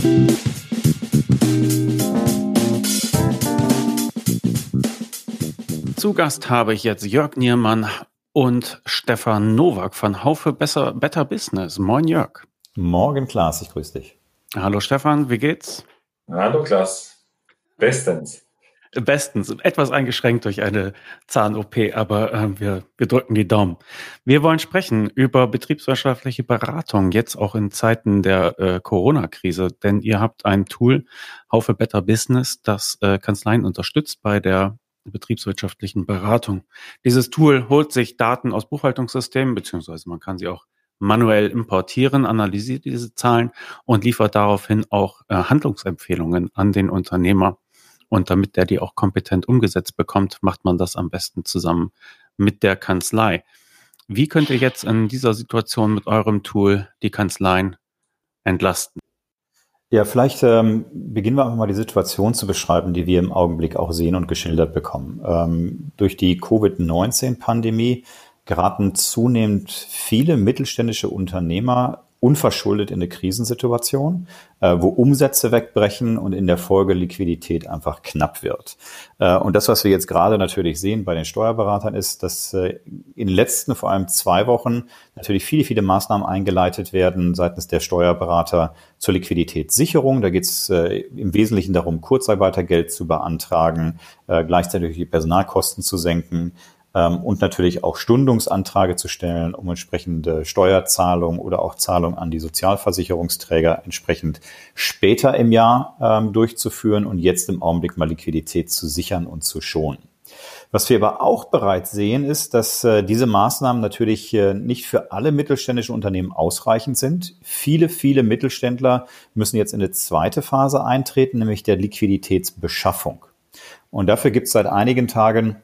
Zu Gast habe ich jetzt Jörg Niermann und Stefan Nowak von Haufe Better Business. Moin Jörg. Morgen Klaas, ich grüße dich. Hallo Stefan, wie geht's? Hallo Klaas, bestens. Bestens, etwas eingeschränkt durch eine Zahn-OP, aber wir drücken die Daumen. Wir wollen sprechen über betriebswirtschaftliche Beratung, jetzt auch in Zeiten der Corona-Krise, denn ihr habt ein Tool, Haufe Better Business, das Kanzleien unterstützt bei der betriebswirtschaftlichen Beratung. Dieses Tool holt sich Daten aus Buchhaltungssystemen, beziehungsweise man kann sie auch manuell importieren, analysiert diese Zahlen und liefert daraufhin auch Handlungsempfehlungen an den Unternehmer. Und damit der die auch kompetent umgesetzt bekommt, macht man das am besten zusammen mit der Kanzlei. Wie könnt ihr jetzt in dieser Situation mit eurem Tool die Kanzleien entlasten? Ja, vielleicht beginnen wir einfach mal die Situation zu beschreiben, die wir im Augenblick auch sehen und geschildert bekommen. Durch die Covid-19-Pandemie geraten zunehmend viele mittelständische Unternehmer unverschuldet in eine Krisensituation, wo Umsätze wegbrechen und in der Folge Liquidität einfach knapp wird. Und das, was wir jetzt gerade natürlich sehen bei den Steuerberatern, ist, dass in den letzten vor allem 2 Wochen natürlich viele Maßnahmen eingeleitet werden seitens der Steuerberater zur Liquiditätssicherung. Da geht es im Wesentlichen darum, Kurzarbeitergeld zu beantragen, gleichzeitig die Personalkosten zu senken, und natürlich auch Stundungsanträge zu stellen, um entsprechende Steuerzahlungen oder auch Zahlungen an die Sozialversicherungsträger entsprechend später im Jahr durchzuführen und jetzt im Augenblick mal Liquidität zu sichern und zu schonen. Was wir aber auch bereits sehen, ist, dass diese Maßnahmen natürlich nicht für alle mittelständischen Unternehmen ausreichend sind. Viele Mittelständler müssen jetzt in eine zweite Phase eintreten, nämlich der Liquiditätsbeschaffung. Und dafür gibt es seit einigen Tagen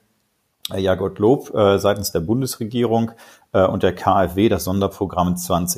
ja Gottlob seitens der Bundesregierung und der KfW das Sonderprogramm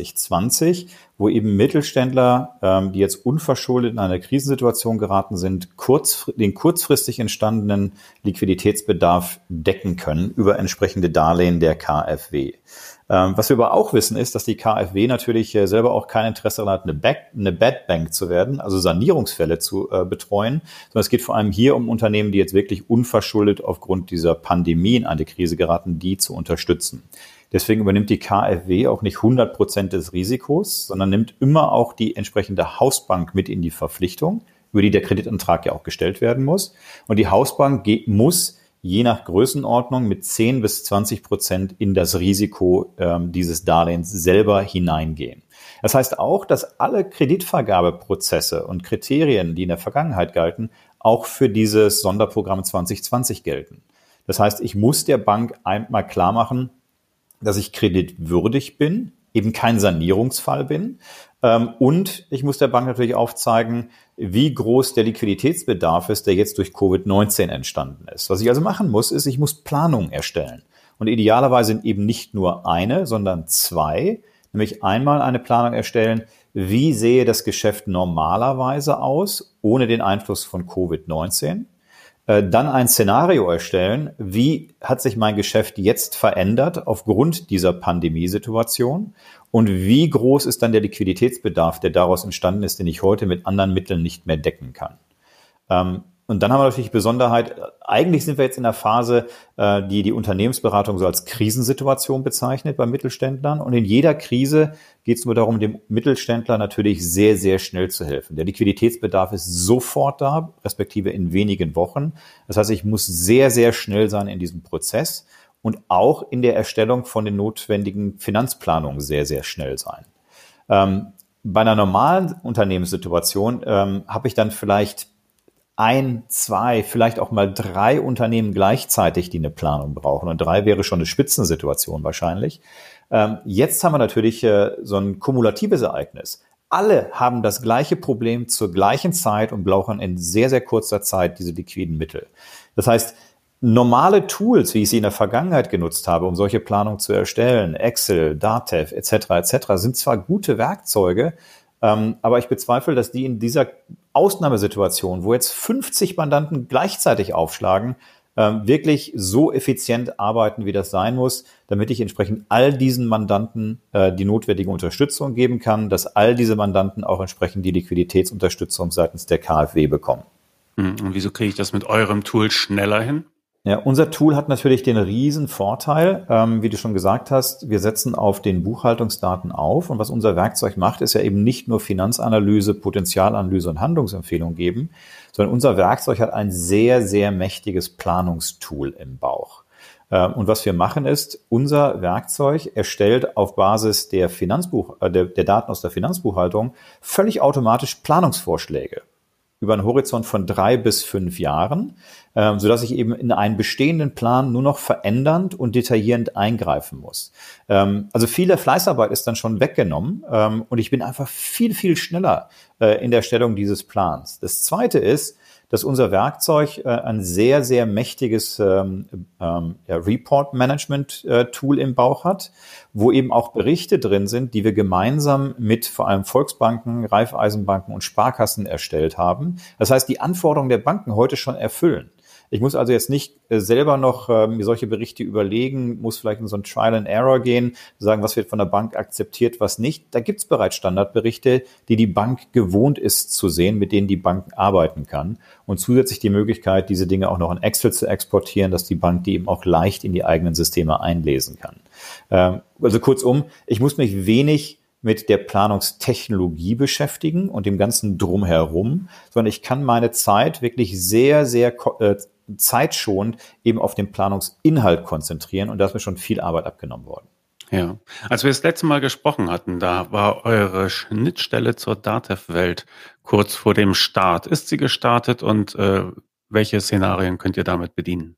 2020, wo eben Mittelständler, die jetzt unverschuldet in eine Krisensituation geraten sind, den kurzfristig entstandenen Liquiditätsbedarf decken können über entsprechende Darlehen der KfW. Was wir aber auch wissen, ist, dass die KfW natürlich selber auch kein Interesse daran hat, eine Bad Bank zu werden, also Sanierungsfälle zu betreuen, sondern es geht vor allem hier um Unternehmen, die jetzt wirklich unverschuldet aufgrund dieser Pandemie in eine Krise geraten, die zu unterstützen. Deswegen übernimmt die KfW auch nicht 100% des Risikos, sondern nimmt immer auch die entsprechende Hausbank mit in die Verpflichtung, über die der Kreditantrag ja auch gestellt werden muss. Und die Hausbank muss je nach Größenordnung mit 10-20% in das Risiko dieses Darlehens selber hineingehen. Das heißt auch, dass alle Kreditvergabeprozesse und Kriterien, die in der Vergangenheit galten, auch für dieses Sonderprogramm 2020 gelten. Das heißt, ich muss der Bank einmal klar machen, dass ich kreditwürdig bin, eben kein Sanierungsfall bin. Und ich muss der Bank natürlich aufzeigen, wie groß der Liquiditätsbedarf ist, der jetzt durch Covid-19 entstanden ist. Was ich also machen muss, ist, ich muss Planungen erstellen. Und idealerweise eben nicht nur eine, sondern 2. Nämlich einmal eine Planung erstellen, wie sehe das Geschäft normalerweise aus, ohne den Einfluss von Covid-19. Dann ein Szenario erstellen, wie hat sich mein Geschäft jetzt verändert aufgrund dieser Pandemiesituation und wie groß ist dann der Liquiditätsbedarf, der daraus entstanden ist, den ich heute mit anderen Mitteln nicht mehr decken kann. Und dann haben wir natürlich die Besonderheit, eigentlich sind wir jetzt in der Phase, die Unternehmensberatung so als Krisensituation bezeichnet bei Mittelständlern. Und in jeder Krise geht es nur darum, dem Mittelständler natürlich sehr schnell zu helfen. Der Liquiditätsbedarf ist sofort da, respektive in wenigen Wochen. Das heißt, ich muss sehr schnell sein in diesem Prozess und auch in der Erstellung von den notwendigen Finanzplanungen sehr schnell sein. Bei einer normalen Unternehmenssituation habe ich dann vielleicht 1, 2, vielleicht auch mal 3 Unternehmen gleichzeitig, die eine Planung brauchen. Und 3 wäre schon eine Spitzensituation wahrscheinlich. Jetzt haben wir natürlich so ein kumulatives Ereignis. Alle haben das gleiche Problem zur gleichen Zeit und brauchen in sehr kurzer Zeit diese liquiden Mittel. Das heißt, normale Tools, wie ich sie in der Vergangenheit genutzt habe, um solche Planungen zu erstellen, Excel, Datev etc., sind zwar gute Werkzeuge, aber ich bezweifle, dass die in dieser Ausnahmesituation, wo jetzt 50 Mandanten gleichzeitig aufschlagen, wirklich so effizient arbeiten, wie das sein muss, damit ich entsprechend all diesen Mandanten die notwendige Unterstützung geben kann, dass all diese Mandanten auch entsprechend die Liquiditätsunterstützung seitens der KfW bekommen. Und wieso kriege ich das mit eurem Tool schneller hin? Ja, unser Tool hat natürlich den riesen Vorteil, wie du schon gesagt hast, wir setzen auf den Buchhaltungsdaten auf und was unser Werkzeug macht, ist ja eben nicht nur Finanzanalyse, Potenzialanalyse und Handlungsempfehlung geben, sondern unser Werkzeug hat ein sehr, sehr mächtiges Planungstool im Bauch. Und was wir machen ist, unser Werkzeug erstellt auf Basis der der Daten aus der Finanzbuchhaltung völlig automatisch Planungsvorschläge über einen Horizont von 3 bis 5 Jahren, sodass ich eben in einen bestehenden Plan nur noch verändernd und detaillierend eingreifen muss. Also viel der Fleißarbeit ist dann schon weggenommen und ich bin einfach viel, viel schneller in der Erstellung dieses Plans. Das Zweite ist, dass unser Werkzeug ein sehr, sehr mächtiges Report-Management-Tool im Bauch hat, wo eben auch Berichte drin sind, die wir gemeinsam mit vor allem Volksbanken, Raiffeisenbanken und Sparkassen erstellt haben. Das heißt, die Anforderungen der Banken heute schon erfüllen. Ich muss also jetzt nicht selber noch mir solche Berichte überlegen, muss vielleicht in so ein Trial and Error gehen, sagen, was wird von der Bank akzeptiert, was nicht. Da gibt es bereits Standardberichte, die die Bank gewohnt ist zu sehen, mit denen die Bank arbeiten kann. Und zusätzlich die Möglichkeit, diese Dinge auch noch in Excel zu exportieren, dass die Bank die eben auch leicht in die eigenen Systeme einlesen kann. Also kurzum, ich muss mich wenig mit der Planungstechnologie beschäftigen und dem ganzen Drumherum, sondern ich kann meine Zeit wirklich sehr, sehr zeitschonend eben auf den Planungsinhalt konzentrieren und da ist mir schon viel Arbeit abgenommen worden. Ja, als wir das letzte Mal gesprochen hatten, da war eure Schnittstelle zur DATEV-Welt kurz vor dem Start. Ist sie gestartet und welche Szenarien könnt ihr damit bedienen?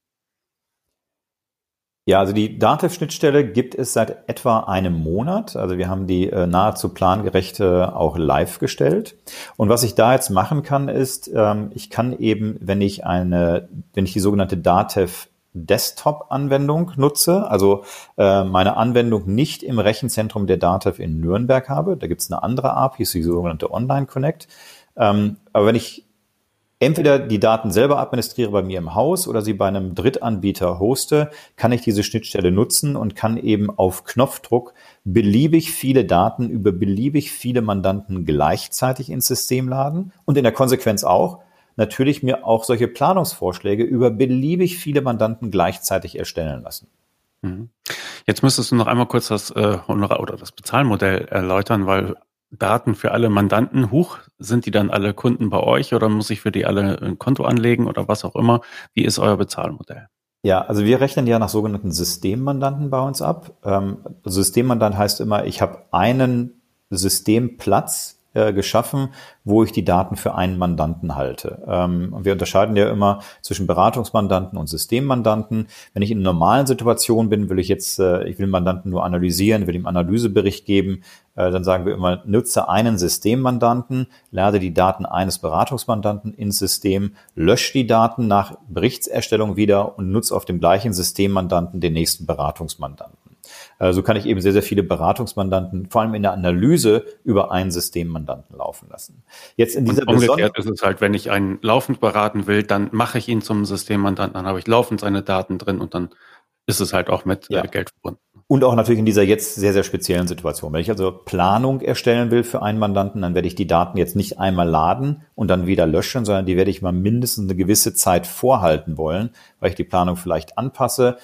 Ja, also die DATEV-Schnittstelle gibt es seit etwa einem Monat. Also wir haben die nahezu plangerecht auch live gestellt. Und was ich da jetzt machen kann, ist, ich kann eben, wenn ich die sogenannte DATEV Desktop-Anwendung nutze, also meine Anwendung nicht im Rechenzentrum der DATEV in Nürnberg habe, da gibt es eine andere API, die sogenannte Online Connect. Aber wenn ich entweder die Daten selber administriere bei mir im Haus oder sie bei einem Drittanbieter hoste, kann ich diese Schnittstelle nutzen und kann eben auf Knopfdruck beliebig viele Daten über beliebig viele Mandanten gleichzeitig ins System laden und in der Konsequenz auch natürlich mir auch solche Planungsvorschläge über beliebig viele Mandanten gleichzeitig erstellen lassen. Jetzt müsstest du noch einmal kurz das Honorar oder das Bezahlmodell erläutern, weil Daten für alle Mandanten, sind die dann alle Kunden bei euch oder muss ich für die alle ein Konto anlegen oder was auch immer? Wie ist euer Bezahlmodell? Ja, also wir rechnen ja nach sogenannten Systemmandanten bei uns ab. Systemmandant heißt immer, ich habe einen Systemplatz geschaffen, wo ich die Daten für einen Mandanten halte. Und wir unterscheiden ja immer zwischen Beratungsmandanten und Systemmandanten. Wenn ich in einer normalen Situation bin, ich will Mandanten nur analysieren, will ihm Analysebericht geben, dann sagen wir immer, nutze einen Systemmandanten, lade die Daten eines Beratungsmandanten ins System, lösche die Daten nach Berichtserstellung wieder und nutze auf dem gleichen Systemmandanten den nächsten Beratungsmandanten. So kann ich eben sehr, sehr viele Beratungsmandanten, vor allem in der Analyse, über einen Systemmandanten laufen lassen. Jetzt in dieser umgekehrt ist es halt, wenn ich einen laufend beraten will, dann mache ich ihn zum Systemmandanten, dann habe ich laufend seine Daten drin und dann ist es halt auch mit Geld verbunden. Und auch natürlich in dieser jetzt sehr, sehr speziellen Situation. Wenn ich also Planung erstellen will für einen Mandanten, dann werde ich die Daten jetzt nicht einmal laden und dann wieder löschen, sondern die werde ich mal mindestens eine gewisse Zeit vorhalten wollen, weil ich die Planung vielleicht anpasse.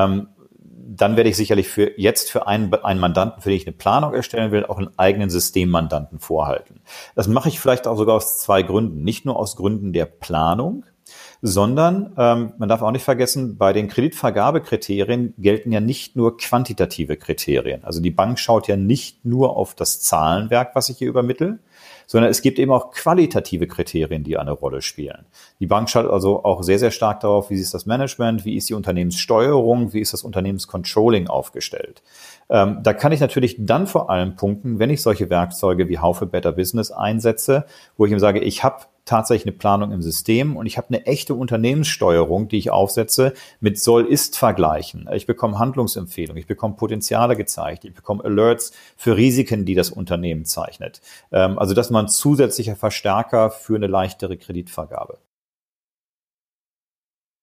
Dann werde ich sicherlich für einen Mandanten, für den ich eine Planung erstellen will, auch einen eigenen Systemmandanten vorhalten. Das mache ich vielleicht auch sogar aus 2 Gründen. Nicht nur aus Gründen der Planung, sondern man darf auch nicht vergessen, bei den Kreditvergabekriterien gelten ja nicht nur quantitative Kriterien. Also die Bank schaut ja nicht nur auf das Zahlenwerk, was ich hier übermittle, sondern es gibt eben auch qualitative Kriterien, die eine Rolle spielen. Die Bank schaut also auch sehr, sehr stark darauf, wie ist das Management, wie ist die Unternehmenssteuerung, wie ist das Unternehmenscontrolling aufgestellt. Da kann ich natürlich dann vor allem punkten, wenn ich solche Werkzeuge wie Haufe Better Business einsetze, wo ich ihm sage, ich habe tatsächlich eine Planung im System und ich habe eine echte Unternehmenssteuerung, die ich aufsetze mit Soll-Ist-Vergleichen. Ich bekomme Handlungsempfehlungen, ich bekomme Potenziale gezeigt, ich bekomme Alerts für Risiken, die das Unternehmen zeichnet. Also das ist mal ein zusätzlicher Verstärker für eine leichtere Kreditvergabe.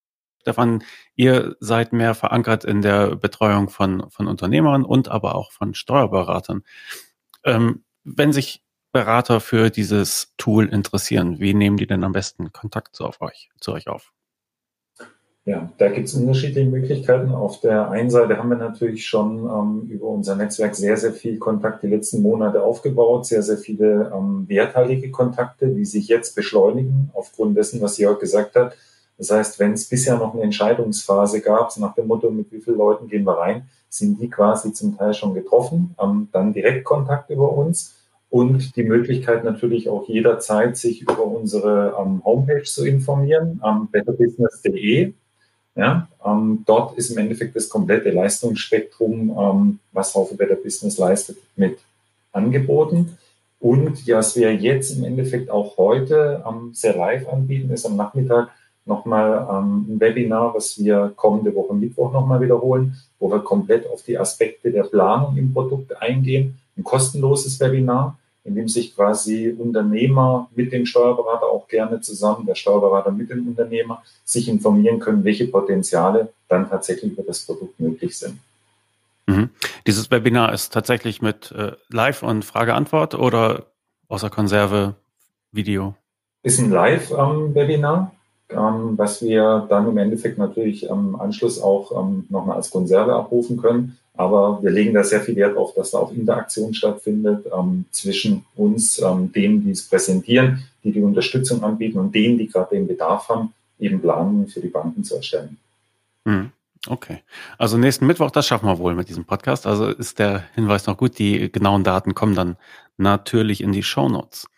Stefan, ihr seid mehr verankert in der Betreuung von Unternehmern und aber auch von Steuerberatern. Wenn sich Berater für dieses Tool interessieren, wie nehmen die denn am besten Kontakt zu euch auf? Ja, da gibt es unterschiedliche Möglichkeiten. Auf der einen Seite haben wir natürlich schon über unser Netzwerk sehr, sehr viel Kontakt die letzten Monate aufgebaut, sehr, sehr viele werthaltige Kontakte, die sich jetzt beschleunigen aufgrund dessen, was Jörg gesagt hat. Das heißt, wenn es bisher noch eine Entscheidungsphase gab, nach dem Motto, mit wie vielen Leuten gehen wir rein, sind die quasi zum Teil schon getroffen, dann direkt Kontakt über uns und die Möglichkeit natürlich auch jederzeit, sich über unsere Homepage zu informieren, betterbusiness.de. Ja, dort ist im Endeffekt das komplette Leistungsspektrum, was Haufe Better Business leistet, mit angeboten. Und ja, was wir jetzt im Endeffekt auch heute sehr live anbieten, ist am Nachmittag nochmal ein Webinar, was wir kommende Woche Mittwoch nochmal wiederholen, wo wir komplett auf die Aspekte der Planung im Produkt eingehen. Ein kostenloses Webinar, in dem sich quasi Unternehmer mit dem Steuerberater auch gerne zusammen, der Steuerberater mit dem Unternehmer, sich informieren können, welche Potenziale dann tatsächlich für das Produkt möglich sind. Mhm. Dieses Webinar ist tatsächlich mit Live- und Frage-Antwort oder außer Konserve Video? Ist ein Live-Webinar, was wir dann im Endeffekt natürlich im Anschluss auch nochmal als Konserve abrufen können. Aber wir legen da sehr viel Wert auf, dass da auch Interaktion stattfindet zwischen uns, denen, die es präsentieren, die Unterstützung anbieten und denen, die gerade den Bedarf haben, eben Planungen für die Banken zu erstellen. Okay. Also nächsten Mittwoch, das schaffen wir wohl mit diesem Podcast. Also ist der Hinweis noch gut. Die genauen Daten kommen dann natürlich in die Shownotes.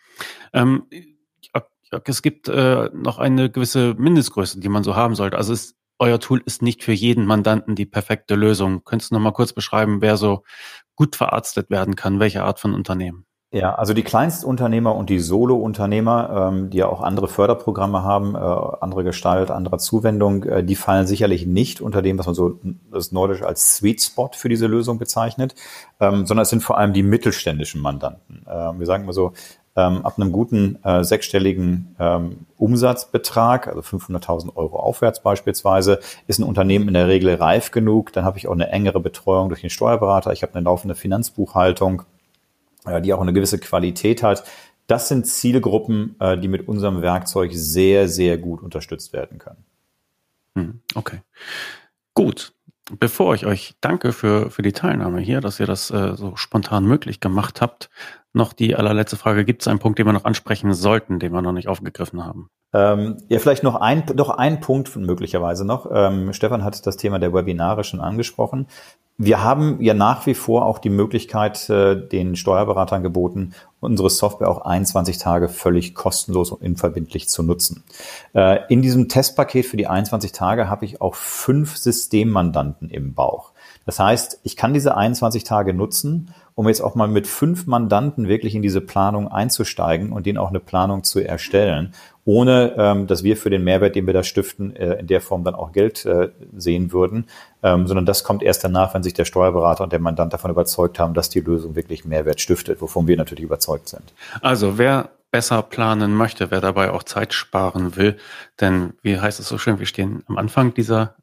Es gibt noch eine gewisse Mindestgröße, die man so haben sollte. Also euer Tool ist nicht für jeden Mandanten die perfekte Lösung. Könntest du noch mal kurz beschreiben, wer so gut verarztet werden kann, welche Art von Unternehmen? Ja, also die Kleinstunternehmer und die Solo-Unternehmer, die ja auch andere Förderprogramme haben, andere Gestalt, andere Zuwendung, die fallen sicherlich nicht unter dem, was man so das Neudeutsch als Sweet Spot für diese Lösung bezeichnet, sondern es sind vor allem die mittelständischen Mandanten. Wir sagen immer so, ab einem guten sechsstelligen Umsatzbetrag, also 500.000 Euro aufwärts beispielsweise, ist ein Unternehmen in der Regel reif genug. Dann habe ich auch eine engere Betreuung durch den Steuerberater. Ich habe eine laufende Finanzbuchhaltung, die auch eine gewisse Qualität hat. Das sind Zielgruppen, die mit unserem Werkzeug sehr, sehr gut unterstützt werden können. Okay, gut. Bevor ich euch danke für die Teilnahme hier, dass ihr das so spontan möglich gemacht habt, noch die allerletzte Frage. Gibt es einen Punkt, den wir noch ansprechen sollten, den wir noch nicht aufgegriffen haben? Ja, vielleicht noch ein Punkt möglicherweise noch. Stefan hat das Thema der Webinare schon angesprochen. Wir haben ja nach wie vor auch die Möglichkeit, den Steuerberatern geboten, unsere Software auch 21 Tage völlig kostenlos und unverbindlich zu nutzen. In diesem Testpaket für die 21 Tage habe ich auch 5 Systemmandanten im Bauch. Das heißt, ich kann diese 21 Tage nutzen, um jetzt auch mal mit 5 Mandanten wirklich in diese Planung einzusteigen und denen auch eine Planung zu erstellen, ohne dass wir für den Mehrwert, den wir da stiften, in der Form dann auch Geld sehen würden, sondern das kommt erst danach, wenn sich der Steuerberater und der Mandant davon überzeugt haben, dass die Lösung wirklich Mehrwert stiftet, wovon wir natürlich überzeugt sind. Also wer besser planen möchte, wer dabei auch Zeit sparen will, denn wie heißt es so schön, wir stehen am Anfang dieser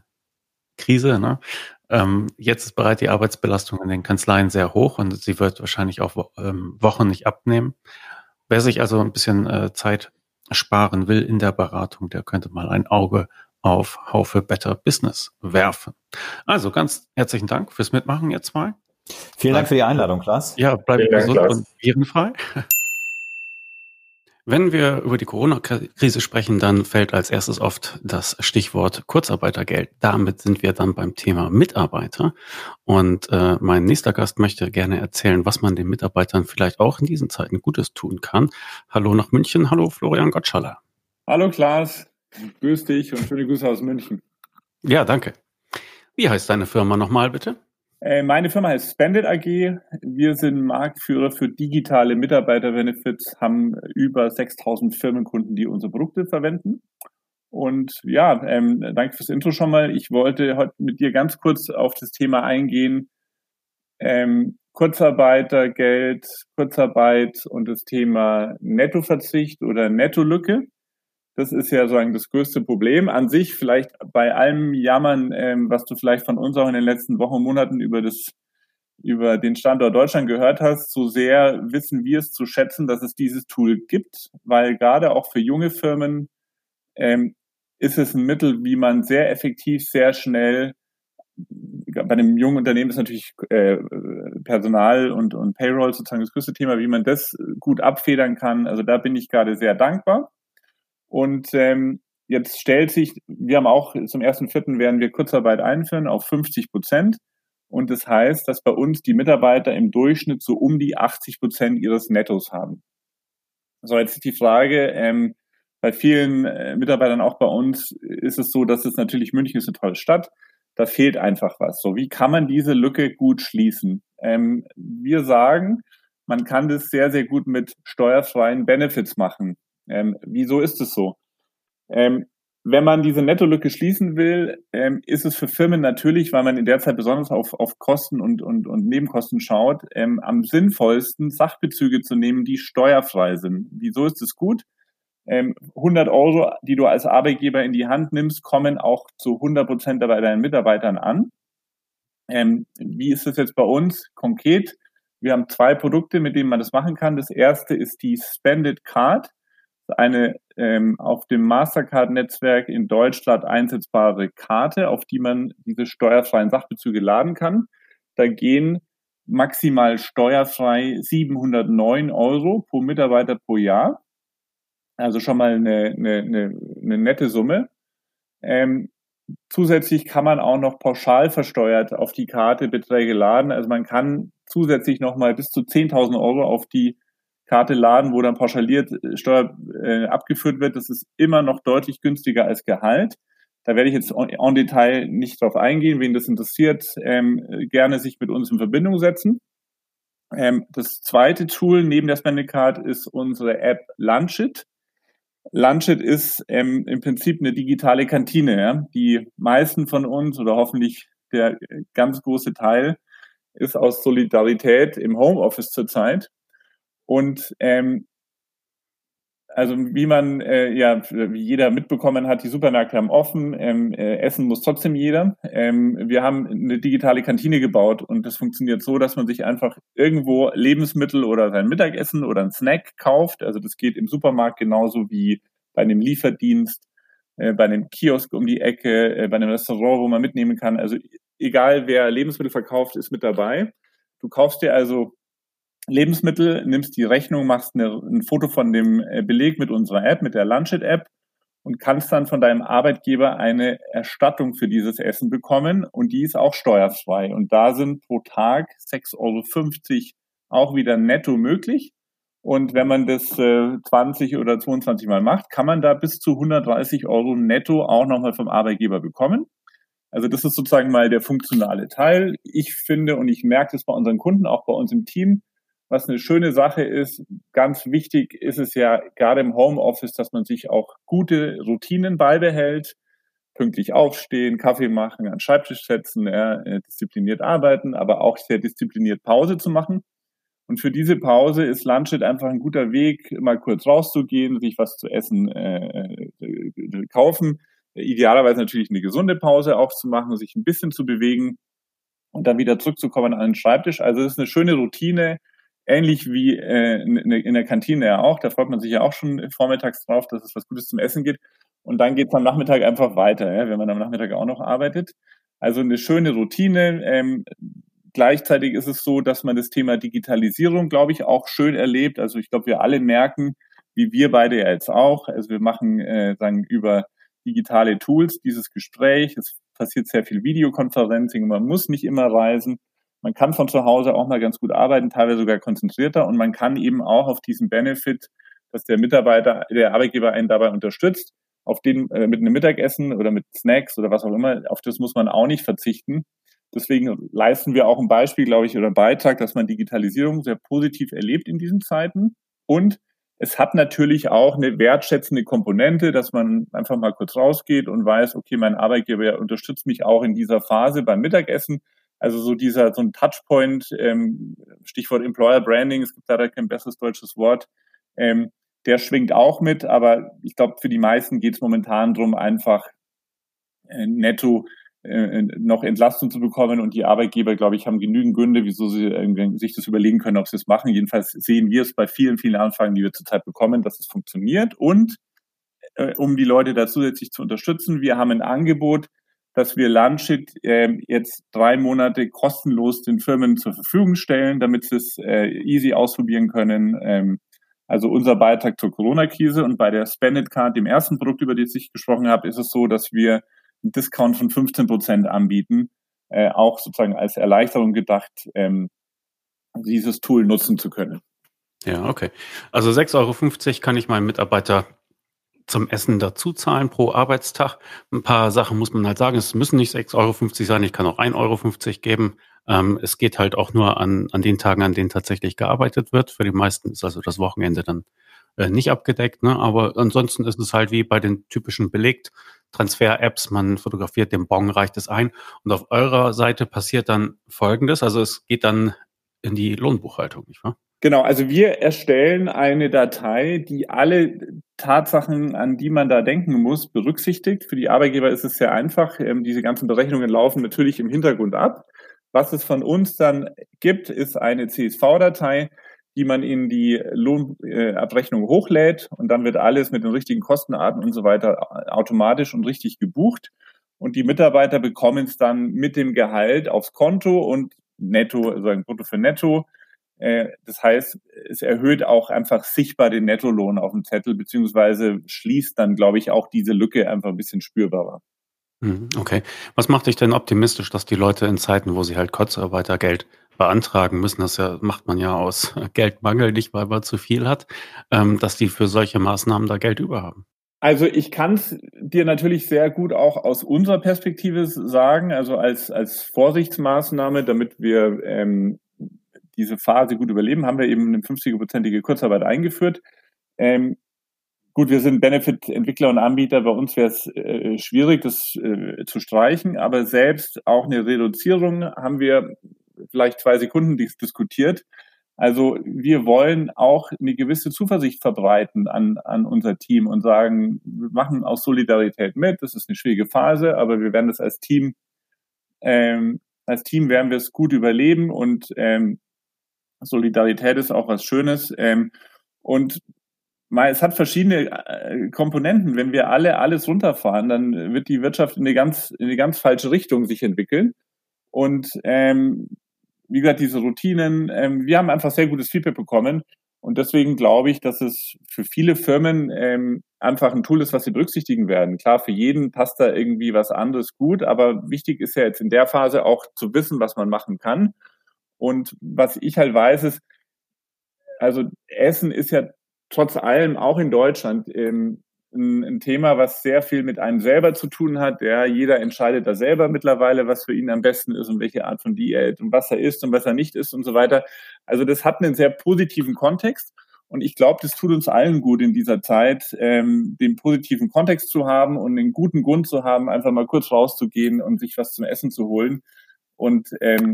Krise, ne? Jetzt ist bereits die Arbeitsbelastung in den Kanzleien sehr hoch und sie wird wahrscheinlich auch Wochen nicht abnehmen. Wer sich also ein bisschen Zeit sparen will in der Beratung, der könnte mal ein Auge auf Haufe Better Business werfen. Also ganz herzlichen Dank fürs Mitmachen jetzt mal. Vielen Dank für die Einladung, Klaas. Ja, bleibt gesund und virenfrei. Wenn wir über die Corona-Krise sprechen, dann fällt als erstes oft das Stichwort Kurzarbeitergeld. Damit sind wir dann beim Thema Mitarbeiter. Und mein nächster Gast möchte gerne erzählen, was man den Mitarbeitern vielleicht auch in diesen Zeiten Gutes tun kann. Hallo nach München. Hallo Florian Gottschaller. Hallo Klaas, grüß dich und schöne Grüße aus München. Ja, danke. Wie heißt deine Firma nochmal bitte? Meine Firma heißt Spendit AG. Wir sind Marktführer für digitale Mitarbeiter-Benefits, haben über 6.000 Firmenkunden, die unsere Produkte verwenden. Und ja, danke fürs Intro schon mal. Ich wollte heute mit dir ganz kurz auf das Thema eingehen. Kurzarbeitergeld, Kurzarbeit und das Thema Nettoverzicht oder Nettolücke. Das ist ja sozusagen das größte Problem. An sich vielleicht bei allem Jammern, was du vielleicht von uns auch in den letzten Wochen und Monaten über den Standort Deutschland gehört hast, so sehr wissen wir es zu schätzen, dass es dieses Tool gibt, weil gerade auch für junge Firmen ist es ein Mittel, wie man sehr effektiv, sehr schnell, bei einem jungen Unternehmen ist natürlich Personal und Payroll sozusagen das größte Thema, wie man das gut abfedern kann. Also da bin ich gerade sehr dankbar. Und jetzt stellt sich, wir haben auch zum 1.4. werden wir Kurzarbeit einführen auf 50%. Und das heißt, dass bei uns die Mitarbeiter im Durchschnitt so um die 80% ihres Nettos haben. So, jetzt ist die Frage, bei vielen Mitarbeitern auch bei uns ist es so, dass es natürlich, München ist eine tolle Stadt, da fehlt einfach was. So, wie kann man diese Lücke gut schließen? Wir sagen, man kann das sehr, sehr gut mit steuerfreien Benefits machen. Wieso ist es so? Wenn man diese Nettolücke schließen will, ist es für Firmen natürlich, weil man in der Zeit besonders auf Kosten und Nebenkosten schaut, am sinnvollsten Sachbezüge zu nehmen, die steuerfrei sind. Wieso ist es gut? 100 Euro, die du als Arbeitgeber in die Hand nimmst, kommen auch zu 100% bei deinen Mitarbeitern an. Wie ist das jetzt bei uns konkret? Wir haben 2 Produkte, mit denen man das machen kann. Das erste ist die Spendit Card, eine auf dem Mastercard-Netzwerk in Deutschland einsetzbare Karte, auf die man diese steuerfreien Sachbezüge laden kann. Da gehen maximal steuerfrei 709 Euro pro Mitarbeiter pro Jahr. Also schon mal eine nette Summe. Zusätzlich kann man auch noch pauschal versteuert auf die Karte Beträge laden. Also man kann zusätzlich nochmal bis zu 10.000 Euro auf die Karte laden, wo dann pauschaliert Steuer abgeführt wird. Das ist immer noch deutlich günstiger als Gehalt. Da werde ich jetzt en Detail nicht drauf eingehen. Wen das interessiert, gerne sich mit uns in Verbindung setzen. Das zweite Tool neben der Spendit Card ist unsere App Lunchit. Lunchit ist im Prinzip eine digitale Kantine. Ja? Die meisten von uns oder hoffentlich der ganz große Teil ist aus Solidarität im Homeoffice zurzeit. Und also wie man wie jeder mitbekommen hat, die Supermärkte haben offen, essen muss trotzdem jeder. Wir haben eine digitale Kantine gebaut und das funktioniert so, dass man sich einfach irgendwo Lebensmittel oder sein Mittagessen oder einen Snack kauft. Also das geht im Supermarkt genauso wie bei einem Lieferdienst, bei einem Kiosk um die Ecke, bei einem Restaurant, wo man mitnehmen kann. Also egal, wer Lebensmittel verkauft, ist mit dabei. Du kaufst dir also Lebensmittel, nimmst die Rechnung, machst ein Foto von dem Beleg mit unserer App, mit der Lunchit-App und kannst dann von deinem Arbeitgeber eine Erstattung für dieses Essen bekommen und die ist auch steuerfrei. Und da sind pro Tag 6,50 Euro auch wieder netto möglich. Und wenn man das 20 oder 22 Mal macht, kann man da bis zu 130 Euro netto auch nochmal vom Arbeitgeber bekommen. Also das ist sozusagen mal der funktionale Teil. Ich finde und ich merke das bei unseren Kunden, auch bei uns im Team, was eine schöne Sache ist. Ganz wichtig ist es ja gerade im Homeoffice, dass man sich auch gute Routinen beibehält, pünktlich aufstehen, Kaffee machen, an den Schreibtisch setzen, diszipliniert arbeiten, aber auch sehr diszipliniert Pause zu machen. Und für diese Pause ist Lunchit einfach ein guter Weg, mal kurz rauszugehen, sich was zu essen kaufen, idealerweise natürlich eine gesunde Pause auch zu machen, sich ein bisschen zu bewegen und dann wieder zurückzukommen an den Schreibtisch. Also es ist eine schöne Routine, ähnlich wie in der Kantine ja auch. Da freut man sich ja auch schon vormittags drauf, dass es was Gutes zum Essen gibt. Und dann geht es am Nachmittag einfach weiter, ja, wenn man am Nachmittag auch noch arbeitet. Also eine schöne Routine. Gleichzeitig ist es so, dass man das Thema Digitalisierung, glaube ich, auch schön erlebt. Also ich glaube, wir alle merken, wie wir beide ja jetzt auch, also wir machen sagen über digitale Tools dieses Gespräch. Es passiert sehr viel Videoconferencing. Man muss nicht immer reisen. Man kann von zu Hause auch mal ganz gut arbeiten, teilweise sogar konzentrierter. Und man kann eben auch auf diesen Benefit, dass der Arbeitgeber einen dabei unterstützt, auf den mit einem Mittagessen oder mit Snacks oder was auch immer, auf das muss man auch nicht verzichten. Deswegen leisten wir auch ein Beispiel, glaube ich, oder einen Beitrag, dass man Digitalisierung sehr positiv erlebt in diesen Zeiten. Und es hat natürlich auch eine wertschätzende Komponente, dass man einfach mal kurz rausgeht und weiß, okay, mein Arbeitgeber unterstützt mich auch in dieser Phase beim Mittagessen. Also so ein Touchpoint, Stichwort Employer Branding, es gibt leider kein besseres deutsches Wort, der schwingt auch mit, aber ich glaube, für die meisten geht es momentan darum, einfach netto noch Entlastung zu bekommen, und die Arbeitgeber, glaube ich, haben genügend Gründe, wieso sie sich das überlegen können, ob sie es machen. Jedenfalls sehen wir es bei vielen, vielen Anfragen, die wir zurzeit bekommen, dass es funktioniert. Und um die Leute da zusätzlich zu unterstützen, wir haben ein Angebot, dass wir Lunchit jetzt 3 Monate kostenlos den Firmen zur Verfügung stellen, damit sie es easy ausprobieren können. Also unser Beitrag zur Corona-Krise. Und bei der Spendit Card, dem ersten Produkt, über das ich gesprochen habe, ist es so, dass wir einen Discount von 15% anbieten, auch sozusagen als Erleichterung gedacht, dieses Tool nutzen zu können. Ja, okay. Also 6,50 € kann ich meinem Mitarbeiter zum Essen dazu zahlen pro Arbeitstag. Ein paar Sachen muss man halt sagen. Es müssen nicht 6,50 € sein. Ich kann auch 1,50 € geben. Es geht halt auch nur an den Tagen, an denen tatsächlich gearbeitet wird. Für die meisten ist also das Wochenende dann nicht abgedeckt, ne? Aber ansonsten ist es halt wie bei den typischen Belegtransfer-Apps. Man fotografiert den Bon, reicht es ein. Und auf eurer Seite passiert dann Folgendes. Also es geht dann in die Lohnbuchhaltung, nicht wahr? Genau, also wir erstellen eine Datei, die alle Tatsachen, an die man da denken muss, berücksichtigt. Für die Arbeitgeber ist es sehr einfach. Diese ganzen Berechnungen laufen natürlich im Hintergrund ab. Was es von uns dann gibt, ist eine CSV-Datei, die man in die Lohnabrechnung hochlädt, und dann wird alles mit den richtigen Kostenarten und so weiter automatisch und richtig gebucht. Und die Mitarbeiter bekommen es dann mit dem Gehalt aufs Konto und netto, also ein Brutto für netto. Das heißt, es erhöht auch einfach sichtbar den Nettolohn auf dem Zettel, beziehungsweise schließt dann, glaube ich, auch diese Lücke einfach ein bisschen spürbarer. Okay. Was macht dich denn optimistisch, dass die Leute in Zeiten, wo sie halt Kurzarbeitergeld beantragen müssen, das macht man ja aus Geldmangel, nicht weil man zu viel hat, dass die für solche Maßnahmen da Geld über haben? Also ich kann es dir natürlich sehr gut auch aus unserer Perspektive sagen, also als Vorsichtsmaßnahme, damit wir diese Phase gut überleben, haben wir eben eine 50-prozentige Kurzarbeit eingeführt. Gut, wir sind Benefit-Entwickler und Anbieter. Bei uns wäre es schwierig, das zu streichen, aber selbst auch eine Reduzierung haben wir vielleicht 2 Sekunden diskutiert. Also wir wollen auch eine gewisse Zuversicht verbreiten an unser Team und sagen, wir machen aus Solidarität mit. Das ist eine schwierige Phase, aber wir werden das als Team werden wir es gut überleben, und Solidarität ist auch was Schönes. Und es hat verschiedene Komponenten. Wenn wir alle alles runterfahren, dann wird die Wirtschaft in eine ganz falsche Richtung sich entwickeln. Und wie gesagt, diese Routinen, wir haben einfach sehr gutes Feedback bekommen. Und deswegen glaube ich, dass es für viele Firmen einfach ein Tool ist, was sie berücksichtigen werden. Klar, für jeden passt da irgendwie was anderes gut, aber wichtig ist ja jetzt in der Phase auch zu wissen, was man machen kann. Und was ich halt weiß, ist, also Essen ist ja trotz allem auch in Deutschland ein Thema, was sehr viel mit einem selber zu tun hat. Ja, jeder entscheidet da selber mittlerweile, was für ihn am besten ist und welche Art von Diät und was er isst und was er nicht isst und so weiter. Also das hat einen sehr positiven Kontext, und ich glaube, das tut uns allen gut in dieser Zeit, den positiven Kontext zu haben und einen guten Grund zu haben, einfach mal kurz rauszugehen und sich was zum Essen zu holen und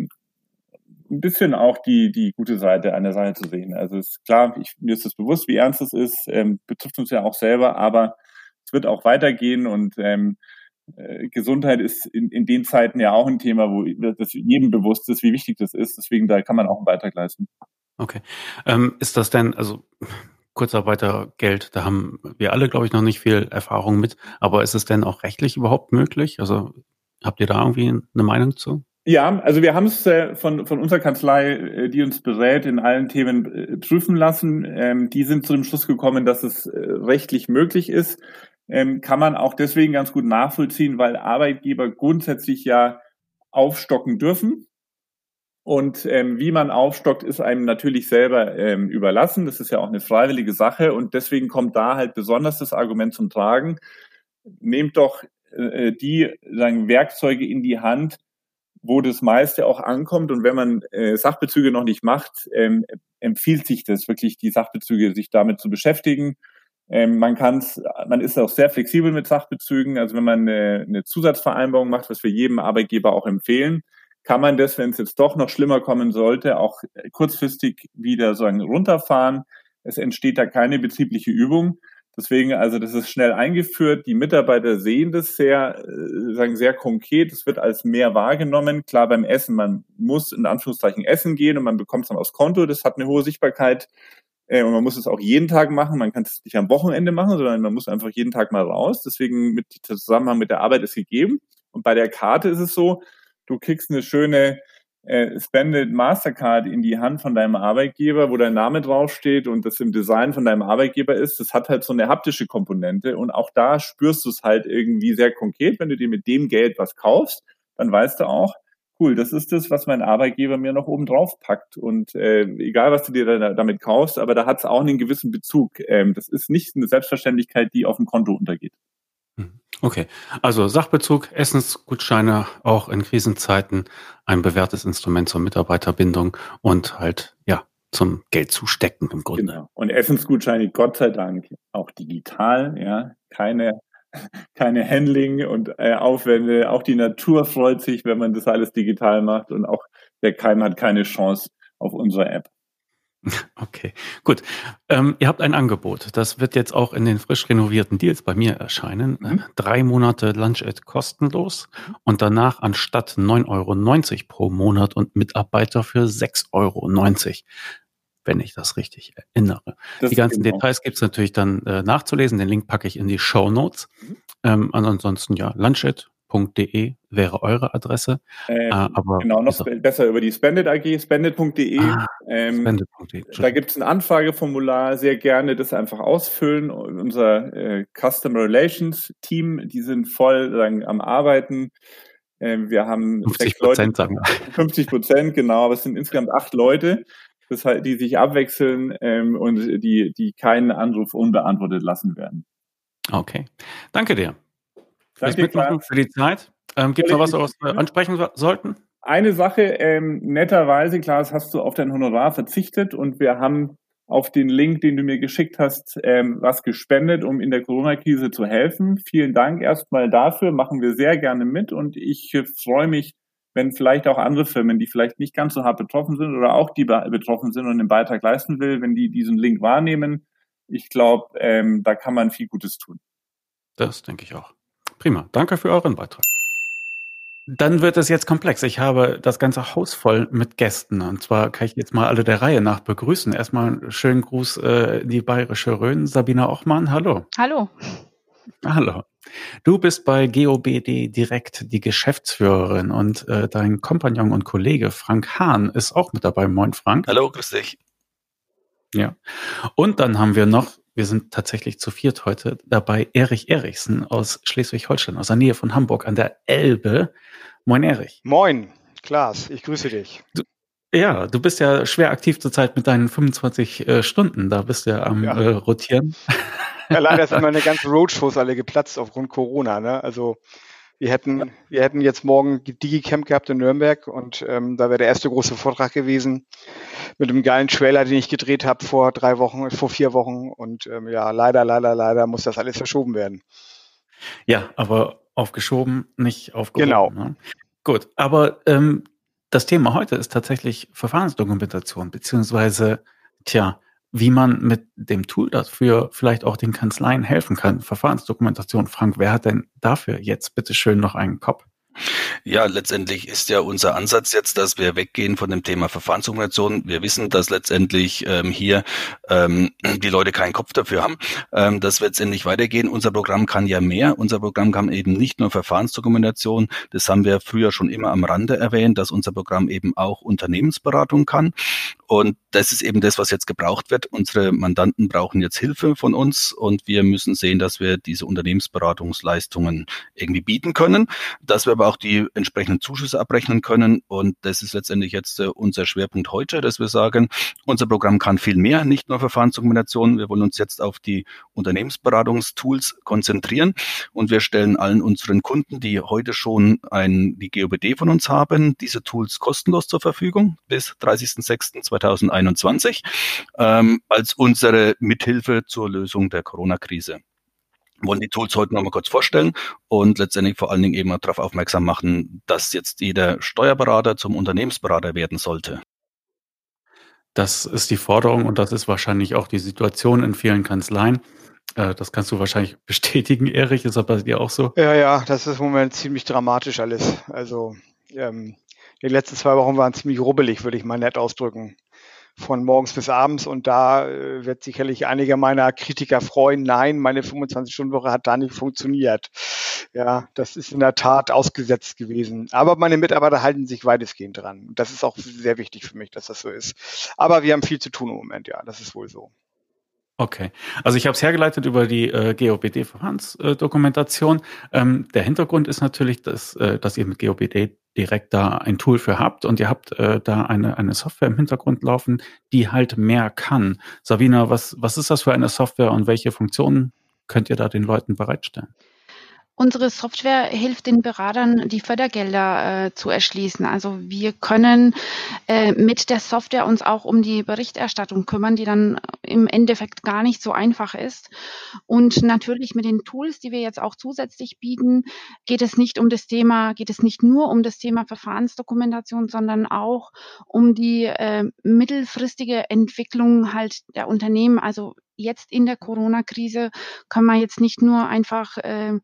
ein bisschen auch die gute Seite einer Sache zu sehen. Also ist klar, mir ist es bewusst, wie ernst es ist, betrifft uns ja auch selber, aber es wird auch weitergehen, und Gesundheit ist in den Zeiten ja auch ein Thema, wo das jedem bewusst ist, wie wichtig das ist. Deswegen, da kann man auch einen Beitrag leisten. Okay. Ist das denn, also Kurzarbeitergeld, da haben wir alle, glaube ich, noch nicht viel Erfahrung mit, aber ist es denn auch rechtlich überhaupt möglich? Also habt ihr da irgendwie eine Meinung zu? Ja, also wir haben es von unserer Kanzlei, die uns berät, in allen Themen prüfen lassen. Die sind zu dem Schluss gekommen, dass es rechtlich möglich ist. Kann man auch deswegen ganz gut nachvollziehen, weil Arbeitgeber grundsätzlich ja aufstocken dürfen. Und wie man aufstockt, ist einem natürlich selber überlassen. Das ist ja auch eine freiwillige Sache, und deswegen kommt da halt besonders das Argument zum Tragen. Nehmt doch die Werkzeuge in die Hand, wo das meiste auch ankommt. Und wenn man Sachbezüge noch nicht macht, empfiehlt sich das wirklich, die Sachbezüge sich damit zu beschäftigen. Man ist auch sehr flexibel mit Sachbezügen. Also wenn man eine Zusatzvereinbarung macht, was wir jedem Arbeitgeber auch empfehlen, kann man das, wenn es jetzt doch noch schlimmer kommen sollte, auch kurzfristig wieder runterfahren. Es entsteht da keine betriebliche Übung. Deswegen, also das ist schnell eingeführt. Die Mitarbeiter sehen das sehr konkret. Es wird als mehr wahrgenommen. Klar, beim Essen, man muss in Anführungszeichen essen gehen und man bekommt es dann aufs Konto. Das hat eine hohe Sichtbarkeit. Und man muss es auch jeden Tag machen. Man kann es nicht am Wochenende machen, sondern man muss einfach jeden Tag mal raus. Deswegen der Zusammenhang mit der Arbeit ist gegeben. Und bei der Karte ist es so, du kriegst eine schöne Spendit Mastercard in die Hand von deinem Arbeitgeber, wo dein Name draufsteht und das im Design von deinem Arbeitgeber ist. Das hat halt so eine haptische Komponente und auch da spürst du es halt irgendwie sehr konkret. Wenn du dir mit dem Geld was kaufst, dann weißt du auch, cool, das ist das, was mein Arbeitgeber mir noch oben drauf packt. Und egal, was du dir damit kaufst, aber da hat es auch einen gewissen Bezug. Das ist nicht eine Selbstverständlichkeit, die auf dem Konto untergeht. Okay, also Sachbezug, Essensgutscheine auch in Krisenzeiten, ein bewährtes Instrument zur Mitarbeiterbindung und halt, zum Geld zu stecken im Grunde. Genau. Und Essensgutscheine, Gott sei Dank, auch digital, ja, keine Handling und Aufwände. Auch die Natur freut sich, wenn man das alles digital macht und auch der Keim hat keine Chance auf unserer App. Okay, gut. Ihr habt ein Angebot. Das wird jetzt auch in den frisch renovierten Deals bei mir erscheinen. 3 Monate Lunch-Ad kostenlos und danach anstatt 9,90 € pro Monat und Mitarbeiter für 6,90 €, wenn ich das richtig erinnere. Die ganzen Details gibt es natürlich dann nachzulesen. Den Link packe ich in die Shownotes. Ansonsten Lunch-Ad.de wäre eure Adresse. Aber genau, noch besser über die Spendit AG, spendit.de. Spendit.de. Da gibt es ein Anfrageformular, sehr gerne das einfach ausfüllen. Und unser Customer Relations Team, die sind voll am Arbeiten. Wir haben 6 Leute, 50%, genau, aber es sind insgesamt 8 Leute, das heißt, die sich abwechseln und die keinen Anruf unbeantwortet lassen werden. Okay, danke dir. Danke, Mitmachen für die Zeit. Gibt es noch was, was wir ansprechen sollten? Eine Sache, netterweise, Klaas, hast du auf dein Honorar verzichtet und wir haben auf den Link, den du mir geschickt hast, was gespendet, um in der Corona-Krise zu helfen. Vielen Dank erstmal dafür, machen wir sehr gerne mit und ich freue mich, wenn vielleicht auch andere Firmen, die vielleicht nicht ganz so hart betroffen sind oder auch die betroffen sind und einen Beitrag leisten will, wenn die diesen Link wahrnehmen. Ich glaube, da kann man viel Gutes tun. Das denke ich auch. Prima, danke für euren Beitrag. Dann wird es jetzt komplex. Ich habe das ganze Haus voll mit Gästen. Und zwar kann ich jetzt mal alle der Reihe nach begrüßen. Erstmal einen schönen Gruß in die bayerische Rhön. Sabina Ochmann, hallo. Hallo. Hallo. Du bist bei GOBD direkt die Geschäftsführerin und dein Kompagnon und Kollege Frank Hahn ist auch mit dabei. Moin, Frank. Hallo, grüß dich. Ja. Und dann haben wir sind tatsächlich zu viert heute dabei, Erich Erichsen aus Schleswig-Holstein, aus der Nähe von Hamburg an der Elbe. Moin, Erich. Moin, Klaas, ich grüße dich. Du bist ja schwer aktiv zurzeit mit deinen 25 Stunden, da bist du ja am Rotieren. Ja, leider sind meine ganzen Roadshows alle geplatzt aufgrund Corona, ne? Also wir hätten jetzt morgen DigiCamp gehabt in Nürnberg und da wäre der erste große Vortrag gewesen mit einem geilen Trailer, den ich gedreht habe vor 4 Wochen und leider muss das alles verschoben werden. Ja, aber aufgeschoben, nicht aufgehoben. Genau. Ne? Gut, aber das Thema heute ist tatsächlich Verfahrensdokumentation, beziehungsweise, wie man mit dem Tool dafür vielleicht auch den Kanzleien helfen kann. Verfahrensdokumentation. Frank, wer hat denn dafür jetzt bitteschön noch einen Kopf? Ja, letztendlich ist ja unser Ansatz jetzt, dass wir weggehen von dem Thema Verfahrensdokumentation. Wir wissen, dass letztendlich hier die Leute keinen Kopf dafür haben, dass wir letztendlich weitergehen. Unser Programm kann ja mehr. Unser Programm kann eben nicht nur Verfahrensdokumentation. Das haben wir früher schon immer am Rande erwähnt, dass unser Programm eben auch Unternehmensberatung kann. Und das ist eben das, was jetzt gebraucht wird. Unsere Mandanten brauchen jetzt Hilfe von uns und wir müssen sehen, dass wir diese Unternehmensberatungsleistungen irgendwie bieten können, dass wir aber auch die entsprechenden Zuschüsse abrechnen können. Und das ist letztendlich jetzt unser Schwerpunkt heute, dass wir sagen, unser Programm kann viel mehr, nicht nur Verfahrensdokumentation. Wir wollen uns jetzt auf die Unternehmensberatungstools konzentrieren und wir stellen allen unseren Kunden, die heute schon die GOBD von uns haben, diese Tools kostenlos zur Verfügung bis 30.06.2021 als unsere Mithilfe zur Lösung der Corona-Krise. Wir wollen die Tools heute noch mal kurz vorstellen und letztendlich vor allen Dingen eben darauf aufmerksam machen, dass jetzt jeder Steuerberater zum Unternehmensberater werden sollte. Das ist die Forderung und das ist wahrscheinlich auch die Situation in vielen Kanzleien. Das kannst du wahrscheinlich bestätigen, Erich. Ist das bei dir auch so? Ja, das ist im Moment ziemlich dramatisch alles. Also die letzten 2 Wochen waren ziemlich rubbelig, würde ich mal nett ausdrücken. Von morgens bis abends, und da wird sicherlich einige meiner Kritiker freuen. Nein, meine 25-Stunden-Woche hat da nicht funktioniert. Ja, das ist in der Tat ausgesetzt gewesen. Aber meine Mitarbeiter halten sich weitestgehend dran. Das ist auch sehr wichtig für mich, dass das so ist. Aber wir haben viel zu tun im Moment, ja, das ist wohl so. Okay, also ich habe es hergeleitet über die GOBD-Verfahrensdokumentation. Der Hintergrund ist natürlich, dass ihr mit GOBD direkt da ein Tool für habt und ihr habt da eine Software im Hintergrund laufen, die halt mehr kann. Sabina, was ist das für eine Software und welche Funktionen könnt ihr da den Leuten bereitstellen? Unsere Software hilft den Beratern, die Fördergelder zu erschließen. Also wir können mit der Software uns auch um die Berichterstattung kümmern, die dann im Endeffekt gar nicht so einfach ist. Und natürlich mit den Tools, die wir jetzt auch zusätzlich bieten, geht es nicht nur um das Thema Verfahrensdokumentation, sondern auch um die mittelfristige Entwicklung halt der Unternehmen. Also jetzt in der Corona-Krise kann man jetzt nicht nur einfach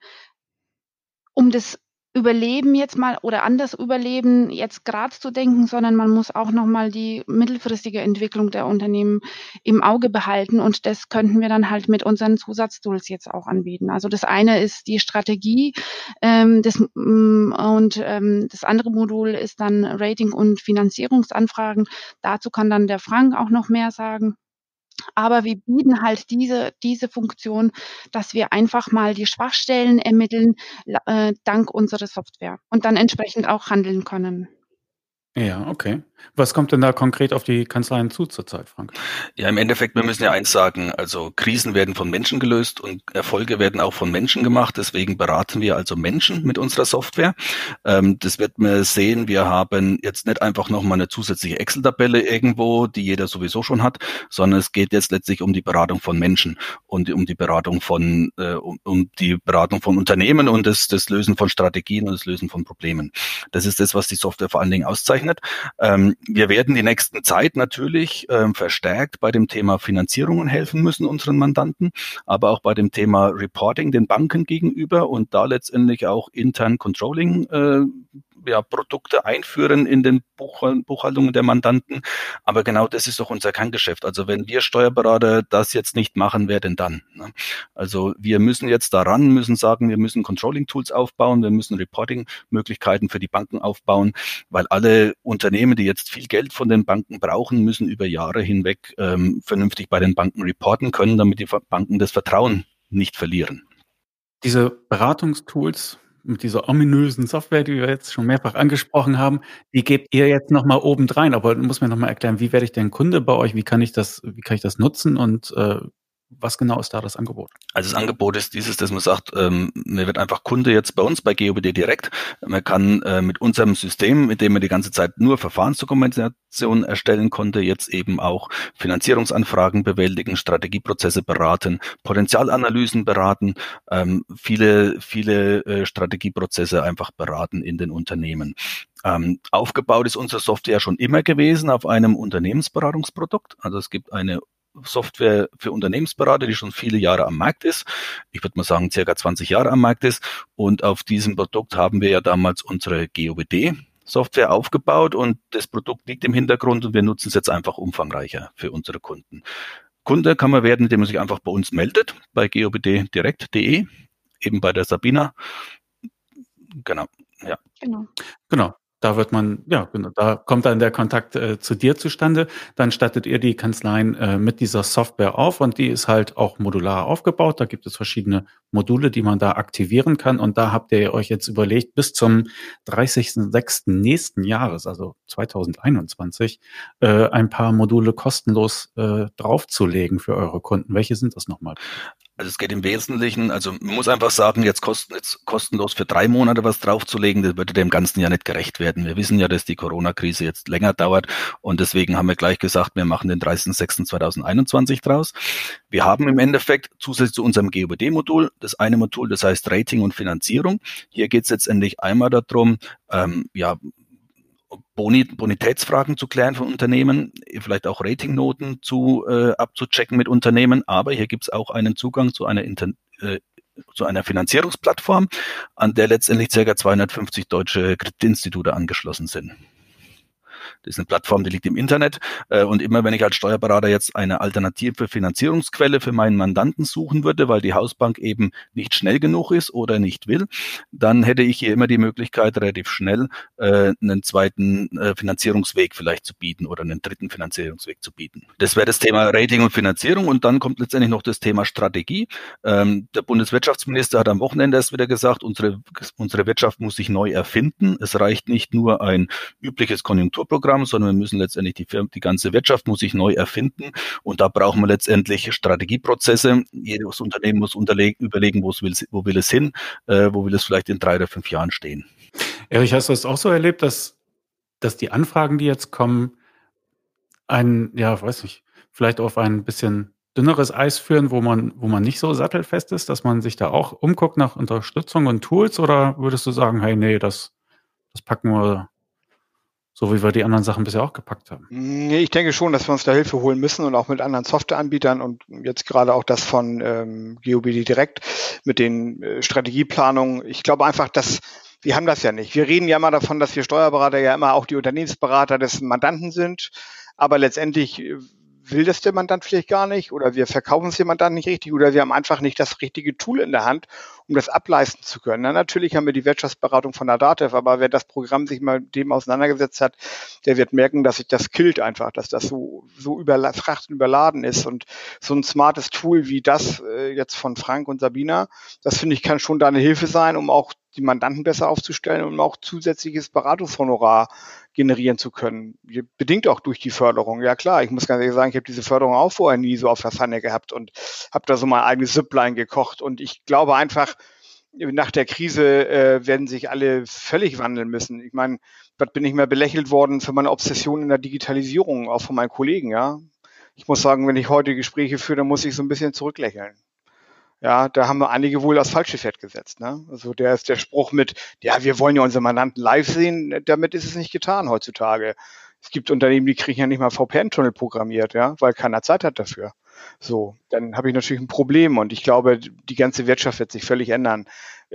um das Überleben jetzt mal oder an das Überleben jetzt gerade zu denken, sondern man muss auch nochmal die mittelfristige Entwicklung der Unternehmen im Auge behalten, und das könnten wir dann halt mit unseren Zusatztools jetzt auch anbieten. Also das eine ist die Strategie, das andere Modul ist dann Rating und Finanzierungsanfragen. Dazu kann dann der Frank auch noch mehr sagen. Aber wir bieten halt diese Funktion, dass wir einfach mal die Schwachstellen ermitteln, dank unserer Software und dann entsprechend auch handeln können. Ja, okay. Was kommt denn da konkret auf die Kanzleien zu zurzeit, Frank? Ja, im Endeffekt, wir müssen ja eins sagen, also Krisen werden von Menschen gelöst und Erfolge werden auch von Menschen gemacht. Deswegen beraten wir also Menschen mit unserer Software. Das wird man sehen. Wir haben jetzt nicht einfach nochmal eine zusätzliche Excel-Tabelle irgendwo, die jeder sowieso schon hat, sondern es geht jetzt letztlich um die Beratung von Menschen und um die Beratung von Unternehmen und das Lösen von Strategien und das Lösen von Problemen. Das ist das, was die Software vor allen Dingen auszeichnet. Wir werden die nächsten Zeit natürlich verstärkt bei dem Thema Finanzierungen helfen müssen unseren Mandanten, aber auch bei dem Thema Reporting den Banken gegenüber und da letztendlich auch intern Controlling Produkte einführen in den Buchhaltungen der Mandanten. Aber genau das ist doch unser Kerngeschäft. Also wenn wir Steuerberater das jetzt nicht machen, wer denn dann? Also wir müssen jetzt daran, müssen sagen, wir müssen Controlling-Tools aufbauen, wir müssen Reporting-Möglichkeiten für die Banken aufbauen, weil alle Unternehmen, die jetzt viel Geld von den Banken brauchen, müssen über Jahre hinweg vernünftig bei den Banken reporten können, damit die Banken das Vertrauen nicht verlieren. Diese Beratungstools mit dieser ominösen Software, die wir jetzt schon mehrfach angesprochen haben, die gebt ihr jetzt nochmal obendrein. Aber du musst mir nochmal erklären, wie werde ich denn Kunde bei euch? Wie kann ich das nutzen und was genau ist da das Angebot? Also das Angebot ist dieses, dass man sagt, man wird einfach Kunde jetzt bei uns, bei GOBD direkt. Man kann mit unserem System, mit dem man die ganze Zeit nur Verfahrensdokumentation erstellen konnte, jetzt eben auch Finanzierungsanfragen bewältigen, Strategieprozesse beraten, Potenzialanalysen beraten, viele Strategieprozesse einfach beraten in den Unternehmen. Aufgebaut ist unsere Software schon immer gewesen auf einem Unternehmensberatungsprodukt. Also es gibt eine Software für Unternehmensberater, die schon viele Jahre am Markt ist. Ich würde mal sagen, circa 20 Jahre am Markt ist. Und auf diesem Produkt haben wir ja damals unsere GOBD-Software aufgebaut und das Produkt liegt im Hintergrund und wir nutzen es jetzt einfach umfangreicher für unsere Kunden. Kunde kann man werden, indem man sich einfach bei uns meldet, bei gobddirekt.de, eben bei der Sabina. Genau, ja. Genau. Da da kommt dann der Kontakt zu dir zustande. Dann stattet ihr die Kanzleien mit dieser Software auf und die ist halt auch modular aufgebaut. Da gibt es verschiedene Module, die man da aktivieren kann. Und da habt ihr euch jetzt überlegt, bis zum 30.06. nächsten Jahres, also 2021, ein paar Module kostenlos draufzulegen für eure Kunden. Welche sind das nochmal? Also es geht im Wesentlichen, also man muss einfach sagen, jetzt kostenlos für 3 Monate was draufzulegen, das würde dem Ganzen ja nicht gerecht werden. Wir wissen ja, dass die Corona-Krise jetzt länger dauert und deswegen haben wir gleich gesagt, wir machen den 30.06.2021 draus. Wir haben im Endeffekt zusätzlich zu unserem GOBD-Modul das eine Modul, das heißt Rating und Finanzierung. Hier geht es letztendlich einmal darum, Bonitätsfragen zu klären von Unternehmen, vielleicht auch Ratingnoten abzuchecken mit Unternehmen, aber hier gibt es auch einen Zugang zu einer Finanzierungsplattform, an der letztendlich ca. 250 deutsche Kreditinstitute angeschlossen sind. Das ist eine Plattform, die liegt im Internet. Und immer wenn ich als Steuerberater jetzt eine alternative Finanzierungsquelle für meinen Mandanten suchen würde, weil die Hausbank eben nicht schnell genug ist oder nicht will, dann hätte ich hier immer die Möglichkeit, relativ schnell einen zweiten Finanzierungsweg vielleicht zu bieten oder einen dritten Finanzierungsweg zu bieten. Das wäre das Thema Rating und Finanzierung. Und dann kommt letztendlich noch das Thema Strategie. Der Bundeswirtschaftsminister hat am Wochenende erst wieder gesagt, unsere Wirtschaft muss sich neu erfinden. Es reicht nicht nur ein übliches Konjunkturprogramm, sondern wir müssen letztendlich die ganze Wirtschaft muss sich neu erfinden und da brauchen wir letztendlich Strategieprozesse. Jedes Unternehmen muss überlegen, wo will es hin, wo will es vielleicht in 3 oder 5 Jahren stehen. Erich, hast du es auch so erlebt, dass die Anfragen, die jetzt kommen, vielleicht auf ein bisschen dünneres Eis führen, wo man nicht so sattelfest ist, dass man sich da auch umguckt nach Unterstützung und Tools, oder würdest du sagen, hey, nee, das packen wir so, wie wir die anderen Sachen bisher auch gepackt haben? Nee, ich denke schon, dass wir uns da Hilfe holen müssen und auch mit anderen Softwareanbietern und jetzt gerade auch das von GOBD direkt mit den Strategieplanungen. Ich glaube einfach, dass wir haben das ja nicht. Wir reden ja immer davon, dass wir Steuerberater ja immer auch die Unternehmensberater des Mandanten sind, aber letztendlich will das der Mandant vielleicht gar nicht oder wir verkaufen es dem Mandant nicht richtig oder wir haben einfach nicht das richtige Tool in der Hand, um das ableisten zu können. Na, natürlich haben wir die Wirtschaftsberatung von der DATEV, aber wer das Programm sich mal mit dem auseinandergesetzt hat, der wird merken, dass sich das killt einfach, dass das so überfrachtet und überladen ist und so ein smartes Tool wie das jetzt von Frank und Sabina, das finde ich kann schon da eine Hilfe sein, um auch die Mandanten besser aufzustellen und auch zusätzliches Beratungshonorar generieren zu können. Bedingt auch durch die Förderung. Ja klar, ich muss ganz ehrlich sagen, ich habe diese Förderung auch vorher nie so auf der Pfanne gehabt und habe da so mein eigenes Zipline gekocht. Und ich glaube einfach, nach der Krise werden sich alle völlig wandeln müssen. Ich meine, was bin ich mehr belächelt worden für meine Obsession in der Digitalisierung, auch von meinen Kollegen, ja. Ich muss sagen, wenn ich heute Gespräche führe, dann muss ich so ein bisschen zurücklächeln. Ja, da haben wir einige wohl aufs falsche Pferd gesetzt. Ne? Also der Spruch mit, ja, wir wollen ja unsere Mandanten live sehen, damit ist es nicht getan heutzutage. Es gibt Unternehmen, die kriegen ja nicht mal VPN-Tunnel programmiert, ja, weil keiner Zeit hat dafür. So, dann habe ich natürlich ein Problem und ich glaube, die ganze Wirtschaft wird sich völlig ändern.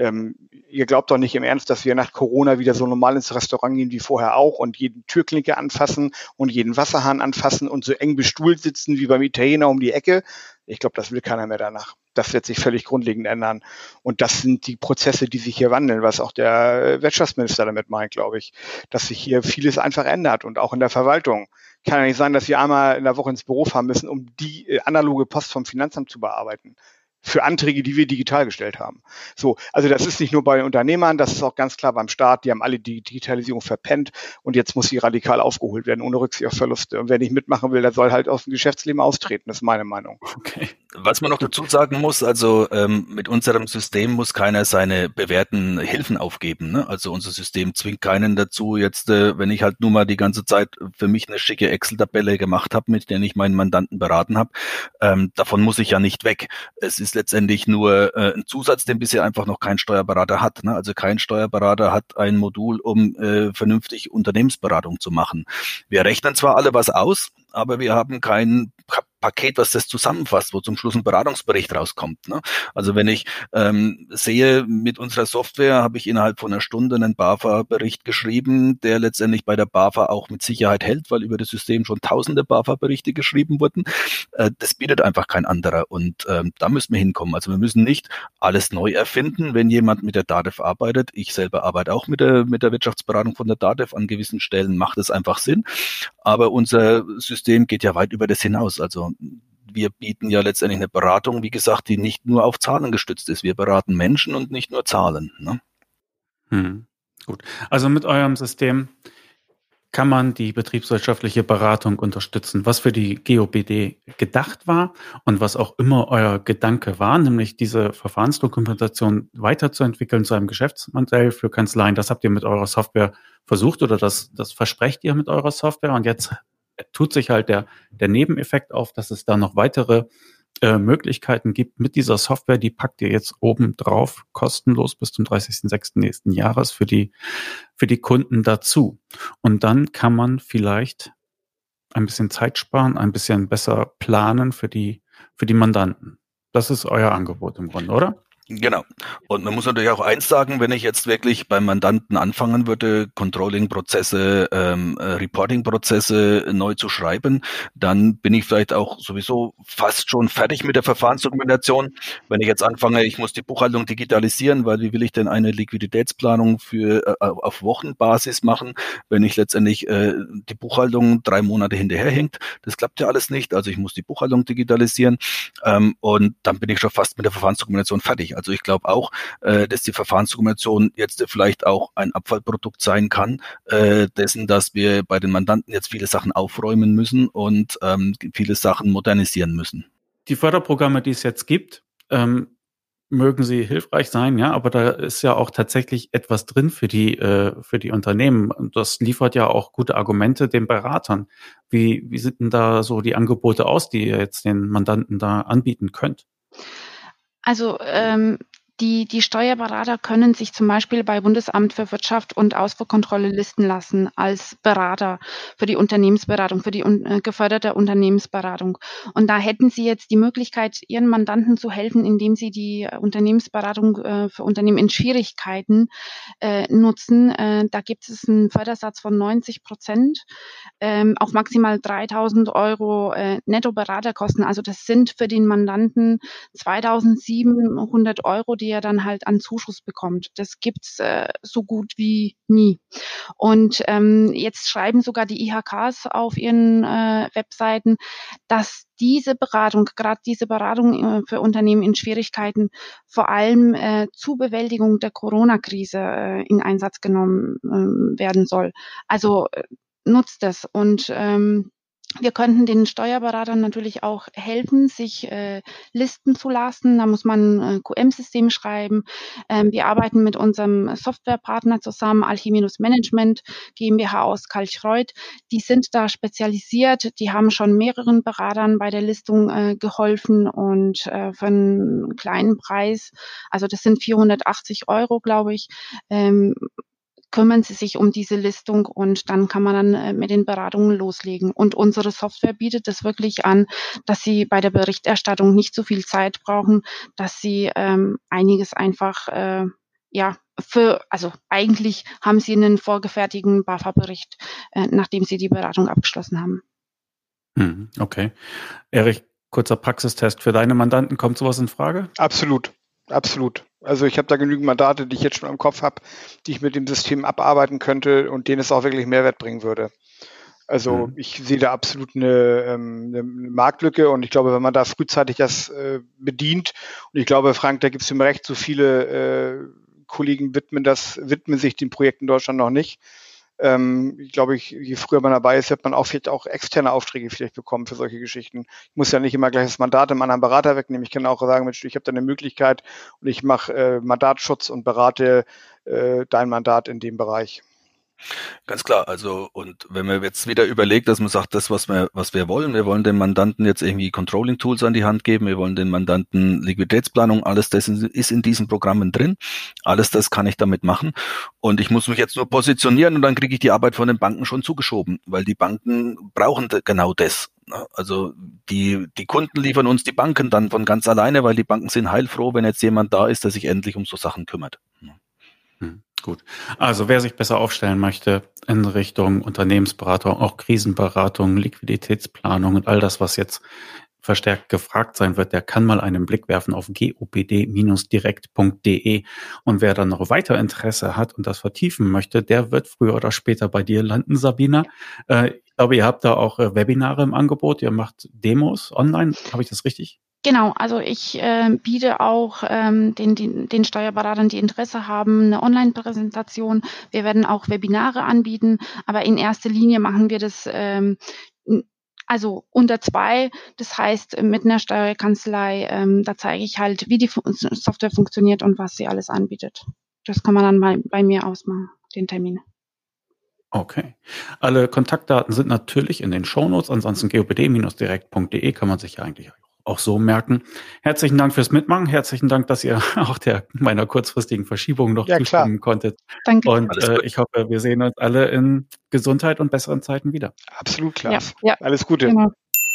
Ihr glaubt doch nicht im Ernst, dass wir nach Corona wieder so normal ins Restaurant gehen wie vorher auch und jeden Türklinke anfassen und jeden Wasserhahn anfassen und so eng bestuhlt sitzen wie beim Italiener um die Ecke. Ich glaube, das will keiner mehr danach. Das wird sich völlig grundlegend ändern. Und das sind die Prozesse, die sich hier wandeln, was auch der Wirtschaftsminister damit meint, glaube ich, dass sich hier vieles einfach ändert und auch in der Verwaltung. Kann ja nicht sein, dass wir einmal in der Woche ins Büro fahren müssen, um die analoge Post vom Finanzamt zu bearbeiten. Für Anträge, die wir digital gestellt haben. So, also das ist nicht nur bei Unternehmern, das ist auch ganz klar beim Staat. Die haben alle die Digitalisierung verpennt und jetzt muss sie radikal aufgeholt werden, ohne Rücksicht auf Verluste. Und wer nicht mitmachen will, der soll halt aus dem Geschäftsleben austreten. Das ist meine Meinung. Okay. Was man noch dazu sagen muss, also mit unserem System muss keiner seine bewährten Hilfen aufgeben. Ne? Also unser System zwingt keinen dazu, jetzt, wenn ich halt nur mal die ganze Zeit für mich eine schicke Excel-Tabelle gemacht habe, mit der ich meinen Mandanten beraten habe, davon muss ich ja nicht weg. Es ist letztendlich nur ein Zusatz, den bisher einfach noch kein Steuerberater hat. Ne? Also kein Steuerberater hat ein Modul, um vernünftig Unternehmensberatung zu machen. Wir rechnen zwar alle was aus, aber wir haben kein Paket, was das zusammenfasst, wo zum Schluss ein Beratungsbericht rauskommt. Ne? Also wenn ich sehe, mit unserer Software habe ich innerhalb von einer Stunde einen BAFA-Bericht geschrieben, der letztendlich bei der BAFA auch mit Sicherheit hält, weil über das System schon tausende BAFA-Berichte geschrieben wurden. Das bietet einfach kein anderer und da müssen wir hinkommen. Also wir müssen nicht alles neu erfinden, wenn jemand mit der DATEV arbeitet. Ich selber arbeite auch mit der Wirtschaftsberatung von der DATEV. An gewissen Stellen macht es einfach Sinn, aber unser System geht ja weit über das hinaus. Also wir bieten ja letztendlich eine Beratung, wie gesagt, die nicht nur auf Zahlen gestützt ist. Wir beraten Menschen und nicht nur Zahlen. Ne? Gut. Also mit eurem System kann man die betriebswirtschaftliche Beratung unterstützen, was für die GOBD gedacht war und was auch immer euer Gedanke war, nämlich diese Verfahrensdokumentation weiterzuentwickeln zu einem Geschäftsmodell für Kanzleien. Das habt ihr mit eurer Software versucht oder das versprecht ihr mit eurer Software und jetzt tut sich halt der Nebeneffekt auf, dass es da noch weitere Möglichkeiten gibt mit dieser Software, die packt ihr jetzt oben drauf, kostenlos bis zum 30.06. nächsten Jahres für die Kunden dazu. Und dann kann man vielleicht ein bisschen Zeit sparen, ein bisschen besser planen für die Mandanten. Das ist euer Angebot im Grunde, oder? Genau. Und man muss natürlich auch eins sagen, wenn ich jetzt wirklich beim Mandanten anfangen würde, Controlling-Prozesse, Reporting-Prozesse neu zu schreiben, dann bin ich vielleicht auch sowieso fast schon fertig mit der Verfahrensdokumentation. Wenn ich jetzt anfange, ich muss die Buchhaltung digitalisieren, weil wie will ich denn eine Liquiditätsplanung auf Wochenbasis machen, wenn ich letztendlich die Buchhaltung 3 Monate hinterherhängt? Das klappt ja alles nicht. Also ich muss die Buchhaltung digitalisieren und dann bin ich schon fast mit der Verfahrensdokumentation fertig. Also ich glaube auch, dass die Verfahrensdokumentation jetzt vielleicht auch ein Abfallprodukt sein kann, dessen, dass wir bei den Mandanten jetzt viele Sachen aufräumen müssen und viele Sachen modernisieren müssen. Die Förderprogramme, die es jetzt gibt, mögen sie hilfreich sein, ja, aber da ist ja auch tatsächlich etwas drin für die Unternehmen. Und das liefert ja auch gute Argumente den Beratern. Wie sieht denn da so die Angebote aus, die ihr jetzt den Mandanten da anbieten könnt? Also die Steuerberater können sich zum Beispiel bei Bundesamt für Wirtschaft und Ausfuhrkontrolle listen lassen als Berater für die Unternehmensberatung, für die geförderte Unternehmensberatung. Und da hätten Sie jetzt die Möglichkeit, Ihren Mandanten zu helfen, indem Sie die Unternehmensberatung für Unternehmen in Schwierigkeiten nutzen. Da gibt es einen Fördersatz von 90%, auch maximal 3.000 Euro Netto-Beraterkosten. Also das sind für den Mandanten 2.700 Euro, die er dann halt an Zuschuss bekommt. Das gibt's so gut wie nie. Und jetzt schreiben sogar die IHKs auf ihren Webseiten, dass diese Beratung, gerade diese Beratung für Unternehmen in Schwierigkeiten, vor allem zur Bewältigung der Corona-Krise in Einsatz genommen werden soll. Also nutzt es. Und wir könnten den Steuerberatern natürlich auch helfen, sich listen zu lassen. Da muss man ein QM-System schreiben. Wir arbeiten mit unserem Softwarepartner zusammen, Alchiminus Management GmbH aus Kalchreuth. Die sind da spezialisiert. Die haben schon mehreren Beratern bei der Listung geholfen und für einen kleinen Preis, also das sind 480 Euro, glaube ich, kümmern Sie sich um diese Listung und dann kann man dann mit den Beratungen loslegen. Und unsere Software bietet es wirklich an, dass Sie bei der Berichterstattung nicht so viel Zeit brauchen, dass Sie einiges einfach, also eigentlich haben Sie einen vorgefertigten BAFA-Bericht, nachdem Sie die Beratung abgeschlossen haben. Okay. Erich, kurzer Praxistest für deine Mandanten. Kommt sowas in Frage? Absolut. Also ich habe da genügend Mandate, die ich jetzt schon im Kopf habe, die ich mit dem System abarbeiten könnte und denen es auch wirklich Mehrwert bringen würde. Also ich sehe da absolut eine Marktlücke und ich glaube, wenn man da frühzeitig das bedient, und ich glaube, Frank, da gibt es ihm recht, so viele Kollegen widmen sich dem Projekt in Deutschland noch nicht. Ich glaube, je früher man dabei ist, wird man auch vielleicht auch externe Aufträge vielleicht bekommen für solche Geschichten. Ich muss ja nicht immer gleich das Mandat einem anderen Berater wegnehmen. Ich kann auch sagen, Mensch, ich habe da eine Möglichkeit und ich mache Mandatsschutz und berate dein Mandat in dem Bereich. Ganz klar, also und wenn man jetzt wieder überlegt, dass man sagt, das, was wir wollen dem Mandanten jetzt irgendwie Controlling-Tools an die Hand geben, wir wollen den Mandanten Liquiditätsplanung, alles das ist in diesen Programmen drin, alles das kann ich damit machen und ich muss mich jetzt nur positionieren und dann kriege ich die Arbeit von den Banken schon zugeschoben, weil die Banken brauchen genau das. Also die Kunden liefern uns die Banken dann von ganz alleine, weil die Banken sind heilfroh, wenn jetzt jemand da ist, der sich endlich um so Sachen kümmert. Gut. Also wer sich besser aufstellen möchte in Richtung Unternehmensberatung, auch Krisenberatung, Liquiditätsplanung und all das, was jetzt verstärkt gefragt sein wird, der kann mal einen Blick werfen auf gopd-direkt.de. Und wer dann noch weiter Interesse hat und das vertiefen möchte, der wird früher oder später bei dir landen, Sabina. Ich glaube, ihr habt da auch Webinare im Angebot, ihr macht Demos online. Habe ich das richtig? Genau, also ich biete auch den Steuerberatern, die Interesse haben, eine Online-Präsentation. Wir werden auch Webinare anbieten, aber in erster Linie machen wir das also unter 2, das heißt mit einer Steuerkanzlei, da zeige ich halt, wie die Software funktioniert und was sie alles anbietet. Das kann man dann bei mir ausmachen, den Termin. Okay. Alle Kontaktdaten sind natürlich in den Shownotes, ansonsten gopd-direkt.de kann man sich ja eigentlich auch so merken. Herzlichen Dank fürs Mitmachen. Herzlichen Dank, dass ihr auch meiner kurzfristigen Verschiebung noch zustimmen konntet. Danke. Und ich hoffe, wir sehen uns alle in Gesundheit und besseren Zeiten wieder. Absolut, Klaas. Ja. Alles Gute. Genau.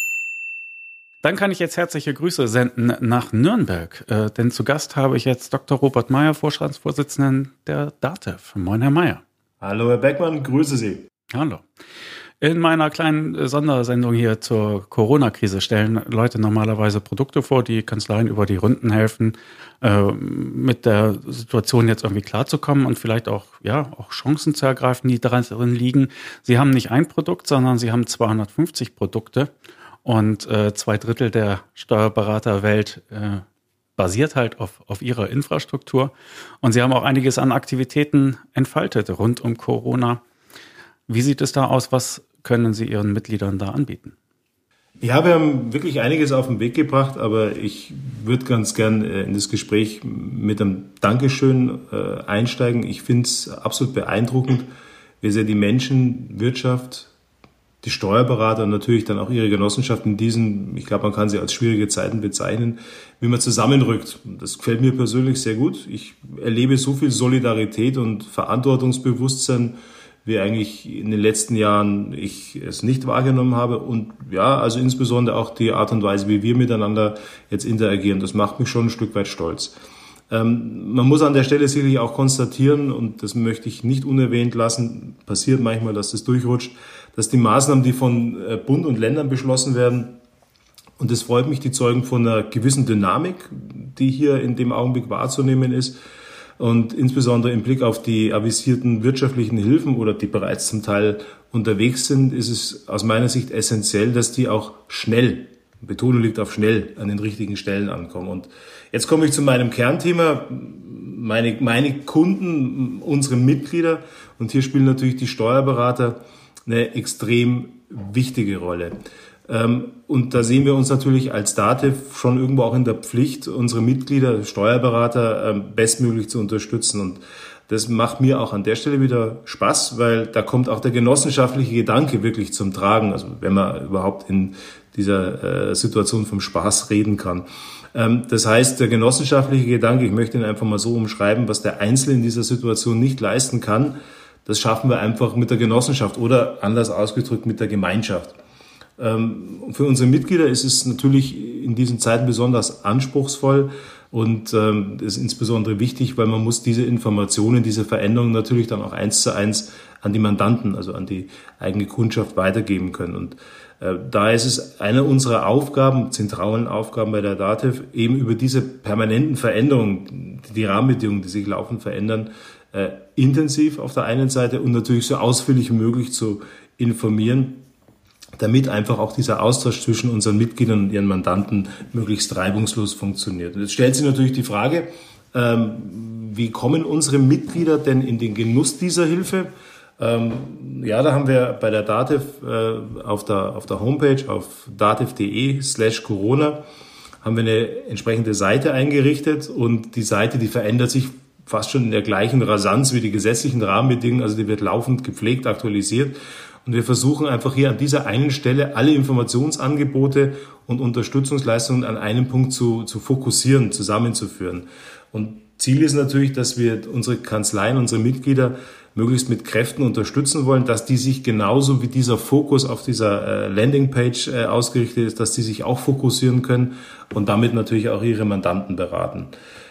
Dann kann ich jetzt herzliche Grüße senden nach Nürnberg, denn zu Gast habe ich jetzt Dr. Robert Meyer, Vorstandsvorsitzenden der DATEV. Moin, Herr Meyer. Hallo, Herr Beckmann, grüße Sie. Hallo. In meiner kleinen Sondersendung hier zur Corona-Krise stellen Leute normalerweise Produkte vor, die Kanzleien über die Runden helfen, mit der Situation jetzt irgendwie klarzukommen und vielleicht auch Chancen zu ergreifen, die darin liegen. Sie haben nicht ein Produkt, sondern Sie haben 250 Produkte. Und 2/3 der Steuerberaterwelt basiert halt auf ihrer Infrastruktur. Und Sie haben auch einiges an Aktivitäten entfaltet rund um Corona. Wie sieht es da aus? Was können Sie Ihren Mitgliedern da anbieten? Ja, wir haben wirklich einiges auf den Weg gebracht, aber ich würde ganz gern in das Gespräch mit einem Dankeschön einsteigen. Ich finde es absolut beeindruckend, wie sehr die Menschen, Wirtschaft, die Steuerberater und natürlich dann auch ihre Genossenschaften in diesen, ich glaube, man kann sie als schwierige Zeiten bezeichnen, wie man zusammenrückt. Das gefällt mir persönlich sehr gut. Ich erlebe so viel Solidarität und Verantwortungsbewusstsein, wie eigentlich in den letzten Jahren ich es nicht wahrgenommen habe. Und ja, also insbesondere auch die Art und Weise, wie wir miteinander jetzt interagieren, das macht mich schon ein Stück weit stolz. Man muss an der Stelle sicherlich auch konstatieren, und das möchte ich nicht unerwähnt lassen, passiert manchmal, dass das durchrutscht, dass die Maßnahmen, die von Bund und Ländern beschlossen werden, und es freut mich, die zeugen von einer gewissen Dynamik, die hier in dem Augenblick wahrzunehmen ist, und insbesondere im Blick auf die avisierten wirtschaftlichen Hilfen oder die bereits zum Teil unterwegs sind, ist es aus meiner Sicht essentiell, dass die auch schnell, Betonung liegt auf schnell, an den richtigen Stellen ankommen. Und jetzt komme ich zu meinem Kernthema, meine Kunden, unsere Mitglieder, und hier spielen natürlich die Steuerberater eine extrem wichtige Rolle. Und da sehen wir uns natürlich als DATEV schon irgendwo auch in der Pflicht, unsere Mitglieder, Steuerberater bestmöglich zu unterstützen. Und das macht mir auch an der Stelle wieder Spaß, weil da kommt auch der genossenschaftliche Gedanke wirklich zum Tragen, also wenn man überhaupt in dieser Situation vom Spaß reden kann. Das heißt, der genossenschaftliche Gedanke, ich möchte ihn einfach mal so umschreiben, was der Einzelne in dieser Situation nicht leisten kann, das schaffen wir einfach mit der Genossenschaft oder anders ausgedrückt mit der Gemeinschaft. Für unsere Mitglieder ist es natürlich in diesen Zeiten besonders anspruchsvoll und ist insbesondere wichtig, weil man muss diese Informationen, diese Veränderungen natürlich dann auch 1:1 an die Mandanten, also an die eigene Kundschaft weitergeben können. Und da ist es eine unserer Aufgaben, zentralen Aufgaben bei der DATEV, eben über diese permanenten Veränderungen, die Rahmenbedingungen, die sich laufend verändern, intensiv auf der einen Seite und natürlich so ausführlich wie möglich zu informieren, damit einfach auch dieser Austausch zwischen unseren Mitgliedern und ihren Mandanten möglichst reibungslos funktioniert. Und jetzt stellt sich natürlich die Frage, wie kommen unsere Mitglieder denn in den Genuss dieser Hilfe? Ja, da haben wir bei der DATEV auf der Homepage auf datev.de/Corona haben wir eine entsprechende Seite eingerichtet, und die Seite, die verändert sich fast schon in der gleichen Rasanz wie die gesetzlichen Rahmenbedingungen, also die wird laufend gepflegt, aktualisiert. Und wir versuchen einfach hier an dieser einen Stelle alle Informationsangebote und Unterstützungsleistungen an einem Punkt zu fokussieren, zusammenzuführen. Und Ziel ist natürlich, dass wir unsere Kanzleien, unsere Mitglieder möglichst mit Kräften unterstützen wollen, dass die sich genauso wie dieser Fokus auf dieser Landingpage ausgerichtet ist, dass die sich auch fokussieren können und damit natürlich auch ihre Mandanten beraten.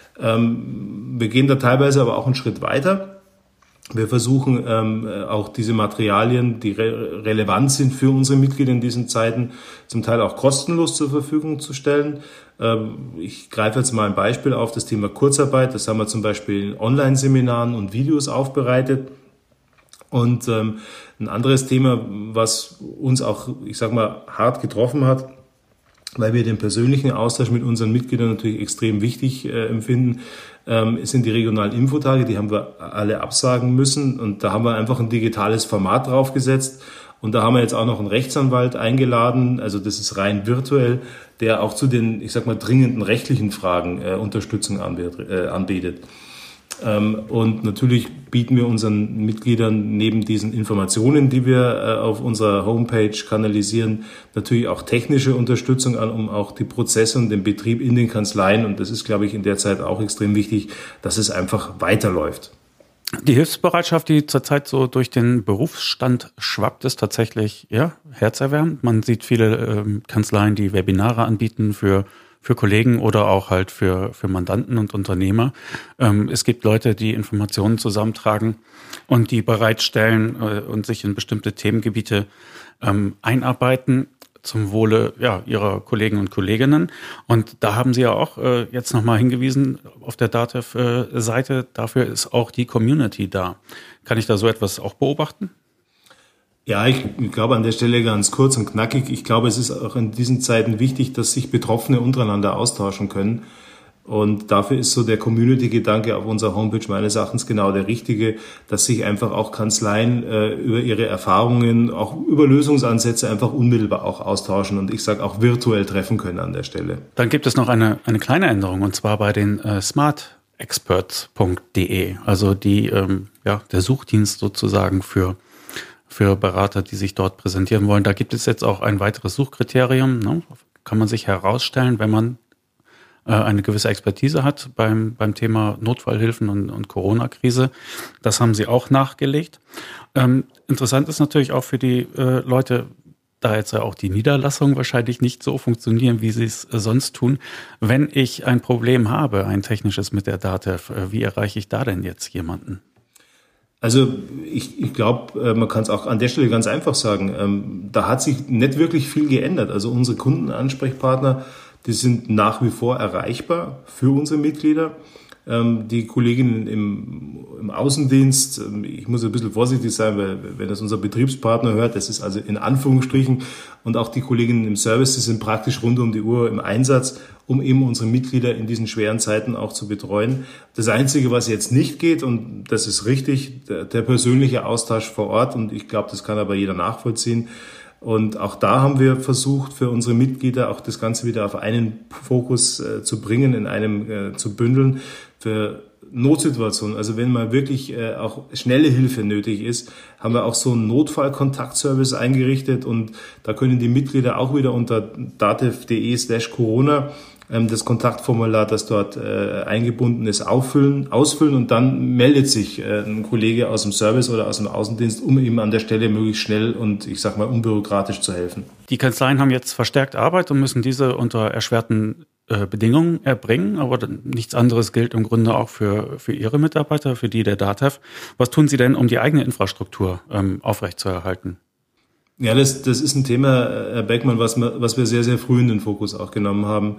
Wir gehen da teilweise aber auch einen Schritt weiter. Wir versuchen auch diese Materialien, die relevant sind für unsere Mitglieder in diesen Zeiten, zum Teil auch kostenlos zur Verfügung zu stellen. Ich greife jetzt mal ein Beispiel auf, das Thema Kurzarbeit. Das haben wir zum Beispiel in Online-Seminaren und Videos aufbereitet. Und ein anderes Thema, was uns auch, ich sag mal, hart getroffen hat, weil wir den persönlichen Austausch mit unseren Mitgliedern natürlich extrem wichtig empfinden, sind die regionalen Infotage. Die haben wir alle absagen müssen, und da haben wir einfach ein digitales Format draufgesetzt, und da haben wir jetzt auch noch einen Rechtsanwalt eingeladen, also das ist rein virtuell, der auch zu den, ich sag mal, dringenden rechtlichen Fragen Unterstützung anbietet. Und natürlich bieten wir unseren Mitgliedern neben diesen Informationen, die wir auf unserer Homepage kanalisieren, natürlich auch technische Unterstützung an, um auch die Prozesse und den Betrieb in den Kanzleien, und das ist, glaube ich, in der Zeit auch extrem wichtig, dass es einfach weiterläuft. Die Hilfsbereitschaft, die zurzeit so durch den Berufsstand schwappt, ist tatsächlich herzerwärmend. Man sieht viele Kanzleien, die Webinare anbieten für Kollegen oder auch halt für Mandanten und Unternehmer. Es gibt Leute, die Informationen zusammentragen und die bereitstellen und sich in bestimmte Themengebiete einarbeiten zum Wohle ihrer Kollegen und Kolleginnen. Und da haben Sie ja auch jetzt nochmal hingewiesen auf der DATEV-Seite, dafür ist auch die Community da. Kann ich da so etwas auch beobachten? Ja, ich glaube an der Stelle ganz kurz und knackig. Ich glaube, es ist auch in diesen Zeiten wichtig, dass sich Betroffene untereinander austauschen können. Und dafür ist so der Community-Gedanke auf unserer Homepage meines Erachtens genau der richtige, dass sich einfach auch Kanzleien über ihre Erfahrungen, auch über Lösungsansätze einfach unmittelbar auch austauschen und ich sage auch virtuell treffen können an der Stelle. Dann gibt es noch eine kleine Änderung, und zwar bei den smartexperts.de, also der Suchdienst sozusagen für Berater, die sich dort präsentieren wollen. Da gibt es jetzt auch ein weiteres Suchkriterium. Ne? Kann man sich herausstellen, wenn man eine gewisse Expertise hat beim Thema Notfallhilfen und Corona-Krise. Das haben sie auch nachgelegt. Interessant ist natürlich auch für die Leute, da jetzt ja auch die Niederlassungen wahrscheinlich nicht so funktionieren, wie sie es sonst tun. Wenn ich ein Problem habe, ein technisches mit der DATEV, wie erreiche ich da denn jetzt jemanden? Also ich glaube, man kann es auch an der Stelle ganz einfach sagen, da hat sich nicht wirklich viel geändert. Also unsere Kundenansprechpartner, die sind nach wie vor erreichbar für unsere Mitglieder. Die Kolleginnen im Außendienst, ich muss ein bisschen vorsichtig sein, weil wenn das unser Betriebspartner hört, das ist also in Anführungsstrichen, und auch die Kolleginnen im Service, die sind praktisch rund um die Uhr im Einsatz, um eben unsere Mitglieder in diesen schweren Zeiten auch zu betreuen. Das Einzige, was jetzt nicht geht, und das ist richtig, der persönliche Austausch vor Ort, und ich glaube, das kann aber jeder nachvollziehen. Und auch da haben wir versucht, für unsere Mitglieder auch das Ganze wieder auf einen Fokus zu bringen, in einem zu bündeln für Notsituationen. Also wenn mal wirklich auch schnelle Hilfe nötig ist, haben wir auch so einen Notfallkontaktservice eingerichtet, und da können die Mitglieder auch wieder unter datev.de/corona das Kontaktformular, das dort eingebunden ist, ausfüllen, und dann meldet sich ein Kollege aus dem Service oder aus dem Außendienst, um ihm an der Stelle möglichst schnell und ich sag mal unbürokratisch zu helfen. Die Kanzleien haben jetzt verstärkt Arbeit und müssen diese unter erschwerten Bedingungen erbringen, aber nichts anderes gilt im Grunde auch für Ihre Mitarbeiter, für die der DATEV. Was tun Sie denn, um die eigene Infrastruktur aufrechtzuerhalten? Ja, das ist ein Thema, Herr Beckmann, was wir sehr, sehr früh in den Fokus auch genommen haben.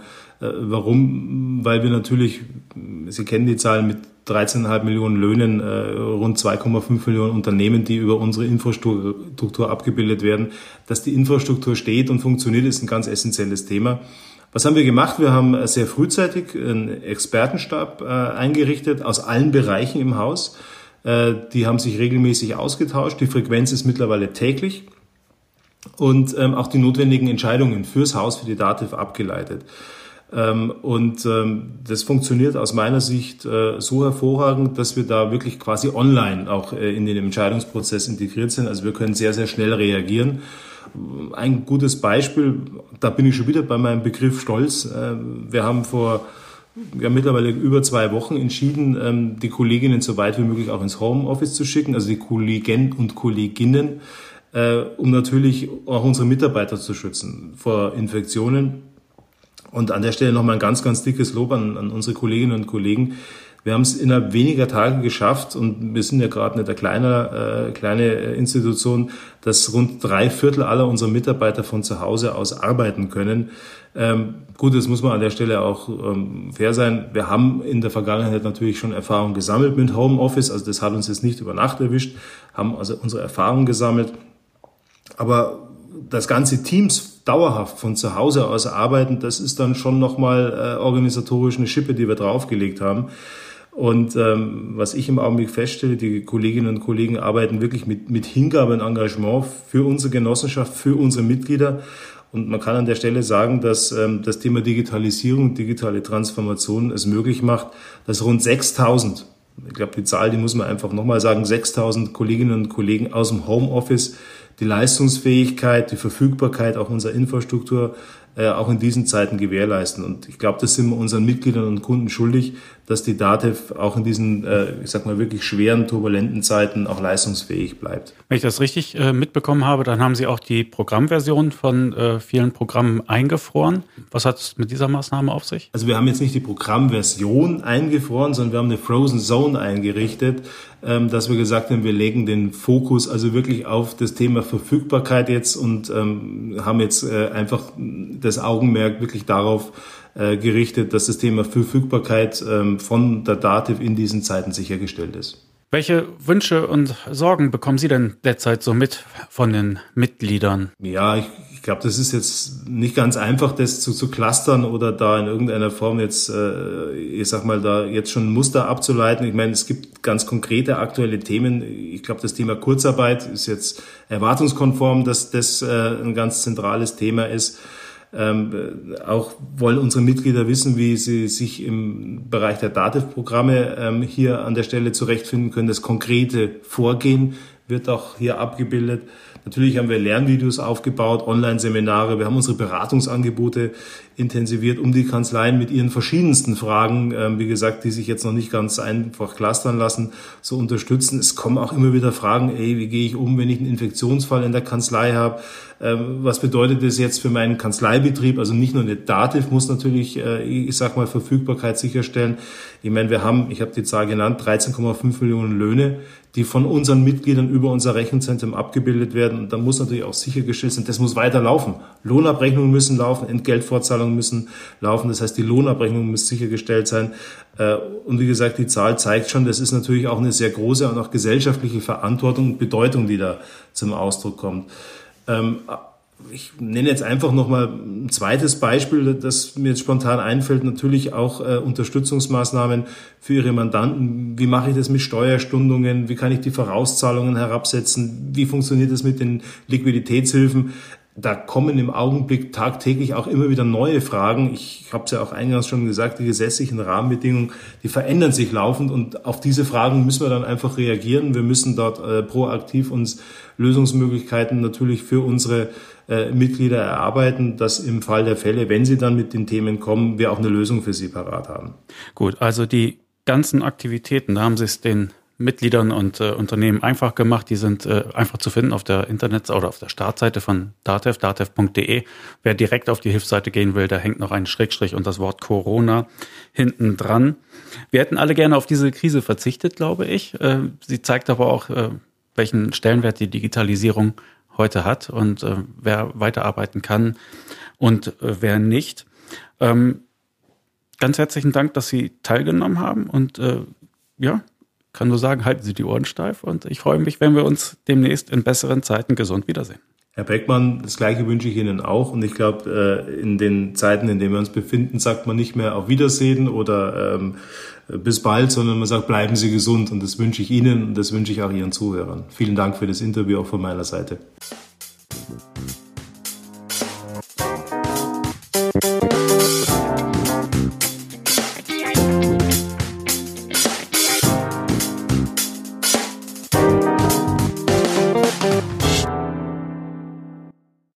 Warum? Weil wir natürlich, Sie kennen die Zahlen, mit 13,5 Millionen Löhnen, rund 2,5 Millionen Unternehmen, die über unsere Infrastruktur abgebildet werden. Dass die Infrastruktur steht und funktioniert, ist ein ganz essentielles Thema. Was haben wir gemacht? Wir haben sehr frühzeitig einen Expertenstab eingerichtet aus allen Bereichen im Haus. Die haben sich regelmäßig ausgetauscht. Die Frequenz ist mittlerweile täglich. Und auch die notwendigen Entscheidungen fürs Haus, für die DATEV abgeleitet. Das funktioniert aus meiner Sicht so hervorragend, dass wir da wirklich quasi online auch in den Entscheidungsprozess integriert sind. Also wir können sehr, sehr schnell reagieren. Ein gutes Beispiel, da bin ich schon wieder bei meinem Begriff Stolz. Wir haben mittlerweile über 2 Wochen entschieden, die Kolleginnen so weit wie möglich auch ins Homeoffice zu schicken, also die Kollegen und Kolleginnen, um natürlich auch unsere Mitarbeiter zu schützen vor Infektionen. Und an der Stelle nochmal ein ganz, ganz dickes Lob an unsere Kolleginnen und Kollegen. Wir haben es innerhalb weniger Tage geschafft, und wir sind ja gerade nicht eine kleine Institution, dass rund 3/4 aller unserer Mitarbeiter von zu Hause aus arbeiten können. Gut, das muss man an der Stelle auch fair sein. Wir haben in der Vergangenheit natürlich schon Erfahrung gesammelt mit Homeoffice, also das hat uns jetzt nicht über Nacht erwischt, haben also unsere Erfahrung gesammelt. Aber das ganze Teams dauerhaft von zu Hause aus arbeiten, das ist dann schon nochmal organisatorisch eine Schippe, die wir draufgelegt haben. Und was ich im Augenblick feststelle, die Kolleginnen und Kollegen arbeiten wirklich mit Hingabe und Engagement für unsere Genossenschaft, für unsere Mitglieder. Und man kann an der Stelle sagen, dass das Thema Digitalisierung, digitale Transformation es möglich macht, dass rund 6.000 Ich glaube, die Zahl, die muss man einfach nochmal sagen, 6.000 Kolleginnen und Kollegen aus dem Homeoffice, die Leistungsfähigkeit, die Verfügbarkeit auch unserer Infrastruktur auch in diesen Zeiten gewährleisten. Und ich glaube, das sind wir unseren Mitgliedern und Kunden schuldig, dass die DATEV auch in diesen, ich sag mal, wirklich schweren, turbulenten Zeiten auch leistungsfähig bleibt. Wenn ich das richtig mitbekommen habe, dann haben Sie auch die Programmversion von vielen Programmen eingefroren. Was hat es mit dieser Maßnahme auf sich? Also wir haben jetzt nicht die Programmversion eingefroren, sondern wir haben eine Frozen Zone eingerichtet, dass wir gesagt haben, wir legen den Fokus also wirklich auf das Thema Verfügbarkeit jetzt und haben jetzt einfach das Augenmerk wirklich darauf gerichtet, dass das Thema Verfügbarkeit von der DATEV in diesen Zeiten sichergestellt ist. Welche Wünsche und Sorgen bekommen Sie denn derzeit so mit von den Mitgliedern? Ja, ich glaube, das ist jetzt nicht ganz einfach, das zu clustern oder da in irgendeiner Form jetzt, ich sag mal, da jetzt schon ein Muster abzuleiten. Ich meine, es gibt ganz konkrete aktuelle Themen. Ich glaube, das Thema Kurzarbeit ist jetzt erwartungskonform, dass das ein ganz zentrales Thema ist. Auch wollen unsere Mitglieder wissen, wie sie sich im Bereich der DATEV-Programme hier an der Stelle zurechtfinden können. Das konkrete Vorgehen wird auch hier abgebildet. Natürlich haben wir Lernvideos aufgebaut, Online-Seminare. Wir haben unsere Beratungsangebote intensiviert, um die Kanzleien mit ihren verschiedensten Fragen, wie gesagt, die sich jetzt noch nicht ganz einfach clustern lassen, zu unterstützen. Es kommen auch immer wieder Fragen, wie gehe ich um, wenn ich einen Infektionsfall in der Kanzlei habe? Was bedeutet das jetzt für meinen Kanzleibetrieb? Also nicht nur eine DATEV muss natürlich, ich sag mal, Verfügbarkeit sicherstellen. Ich meine, ich habe die Zahl genannt, 13,5 Millionen Löhne, die von unseren Mitgliedern über unser Rechenzentrum abgebildet werden. Und da muss natürlich auch sichergestellt sein, das muss weiter laufen. Lohnabrechnungen müssen laufen, Entgeltfortzahlungen müssen laufen. Das heißt, die Lohnabrechnung muss sichergestellt sein. Und wie gesagt, die Zahl zeigt schon, das ist natürlich auch eine sehr große und auch gesellschaftliche Verantwortung und Bedeutung, die da zum Ausdruck kommt. Ich nenne jetzt einfach nochmal ein zweites Beispiel, das mir jetzt spontan einfällt. Natürlich auch Unterstützungsmaßnahmen für Ihre Mandanten. Wie mache ich das mit Steuerstundungen? Wie kann ich die Vorauszahlungen herabsetzen? Wie funktioniert das mit den Liquiditätshilfen? Da kommen im Augenblick tagtäglich auch immer wieder neue Fragen. Ich habe es ja auch eingangs schon gesagt, die gesetzlichen Rahmenbedingungen, die verändern sich laufend und auf diese Fragen müssen wir dann einfach reagieren. Wir müssen dort proaktiv uns Lösungsmöglichkeiten natürlich für unsere Mitglieder erarbeiten, dass im Fall der Fälle, wenn sie dann mit den Themen kommen, wir auch eine Lösung für sie parat haben. Gut, also die ganzen Aktivitäten, da haben Sie es den Mitgliedern und Unternehmen einfach gemacht. Die sind einfach zu finden auf der Internet- oder auf der Startseite von DATEV, datev.de. Wer direkt auf die Hilfsseite gehen will, da hängt noch ein Schrägstrich und das Wort Corona hinten dran. Wir hätten alle gerne auf diese Krise verzichtet, glaube ich. Sie zeigt aber auch, welchen Stellenwert die Digitalisierung heute hat und wer weiterarbeiten kann und wer nicht. Ganz herzlichen Dank, dass Sie teilgenommen haben und kann nur sagen, halten Sie die Ohren steif und ich freue mich, wenn wir uns demnächst in besseren Zeiten gesund wiedersehen. Herr Beckmann, das Gleiche wünsche ich Ihnen auch und ich glaube, in den Zeiten, in denen wir uns befinden, sagt man nicht mehr auf Wiedersehen oder bis bald, sondern man sagt, bleiben Sie gesund und das wünsche ich Ihnen und das wünsche ich auch Ihren Zuhörern. Vielen Dank für das Interview auch von meiner Seite.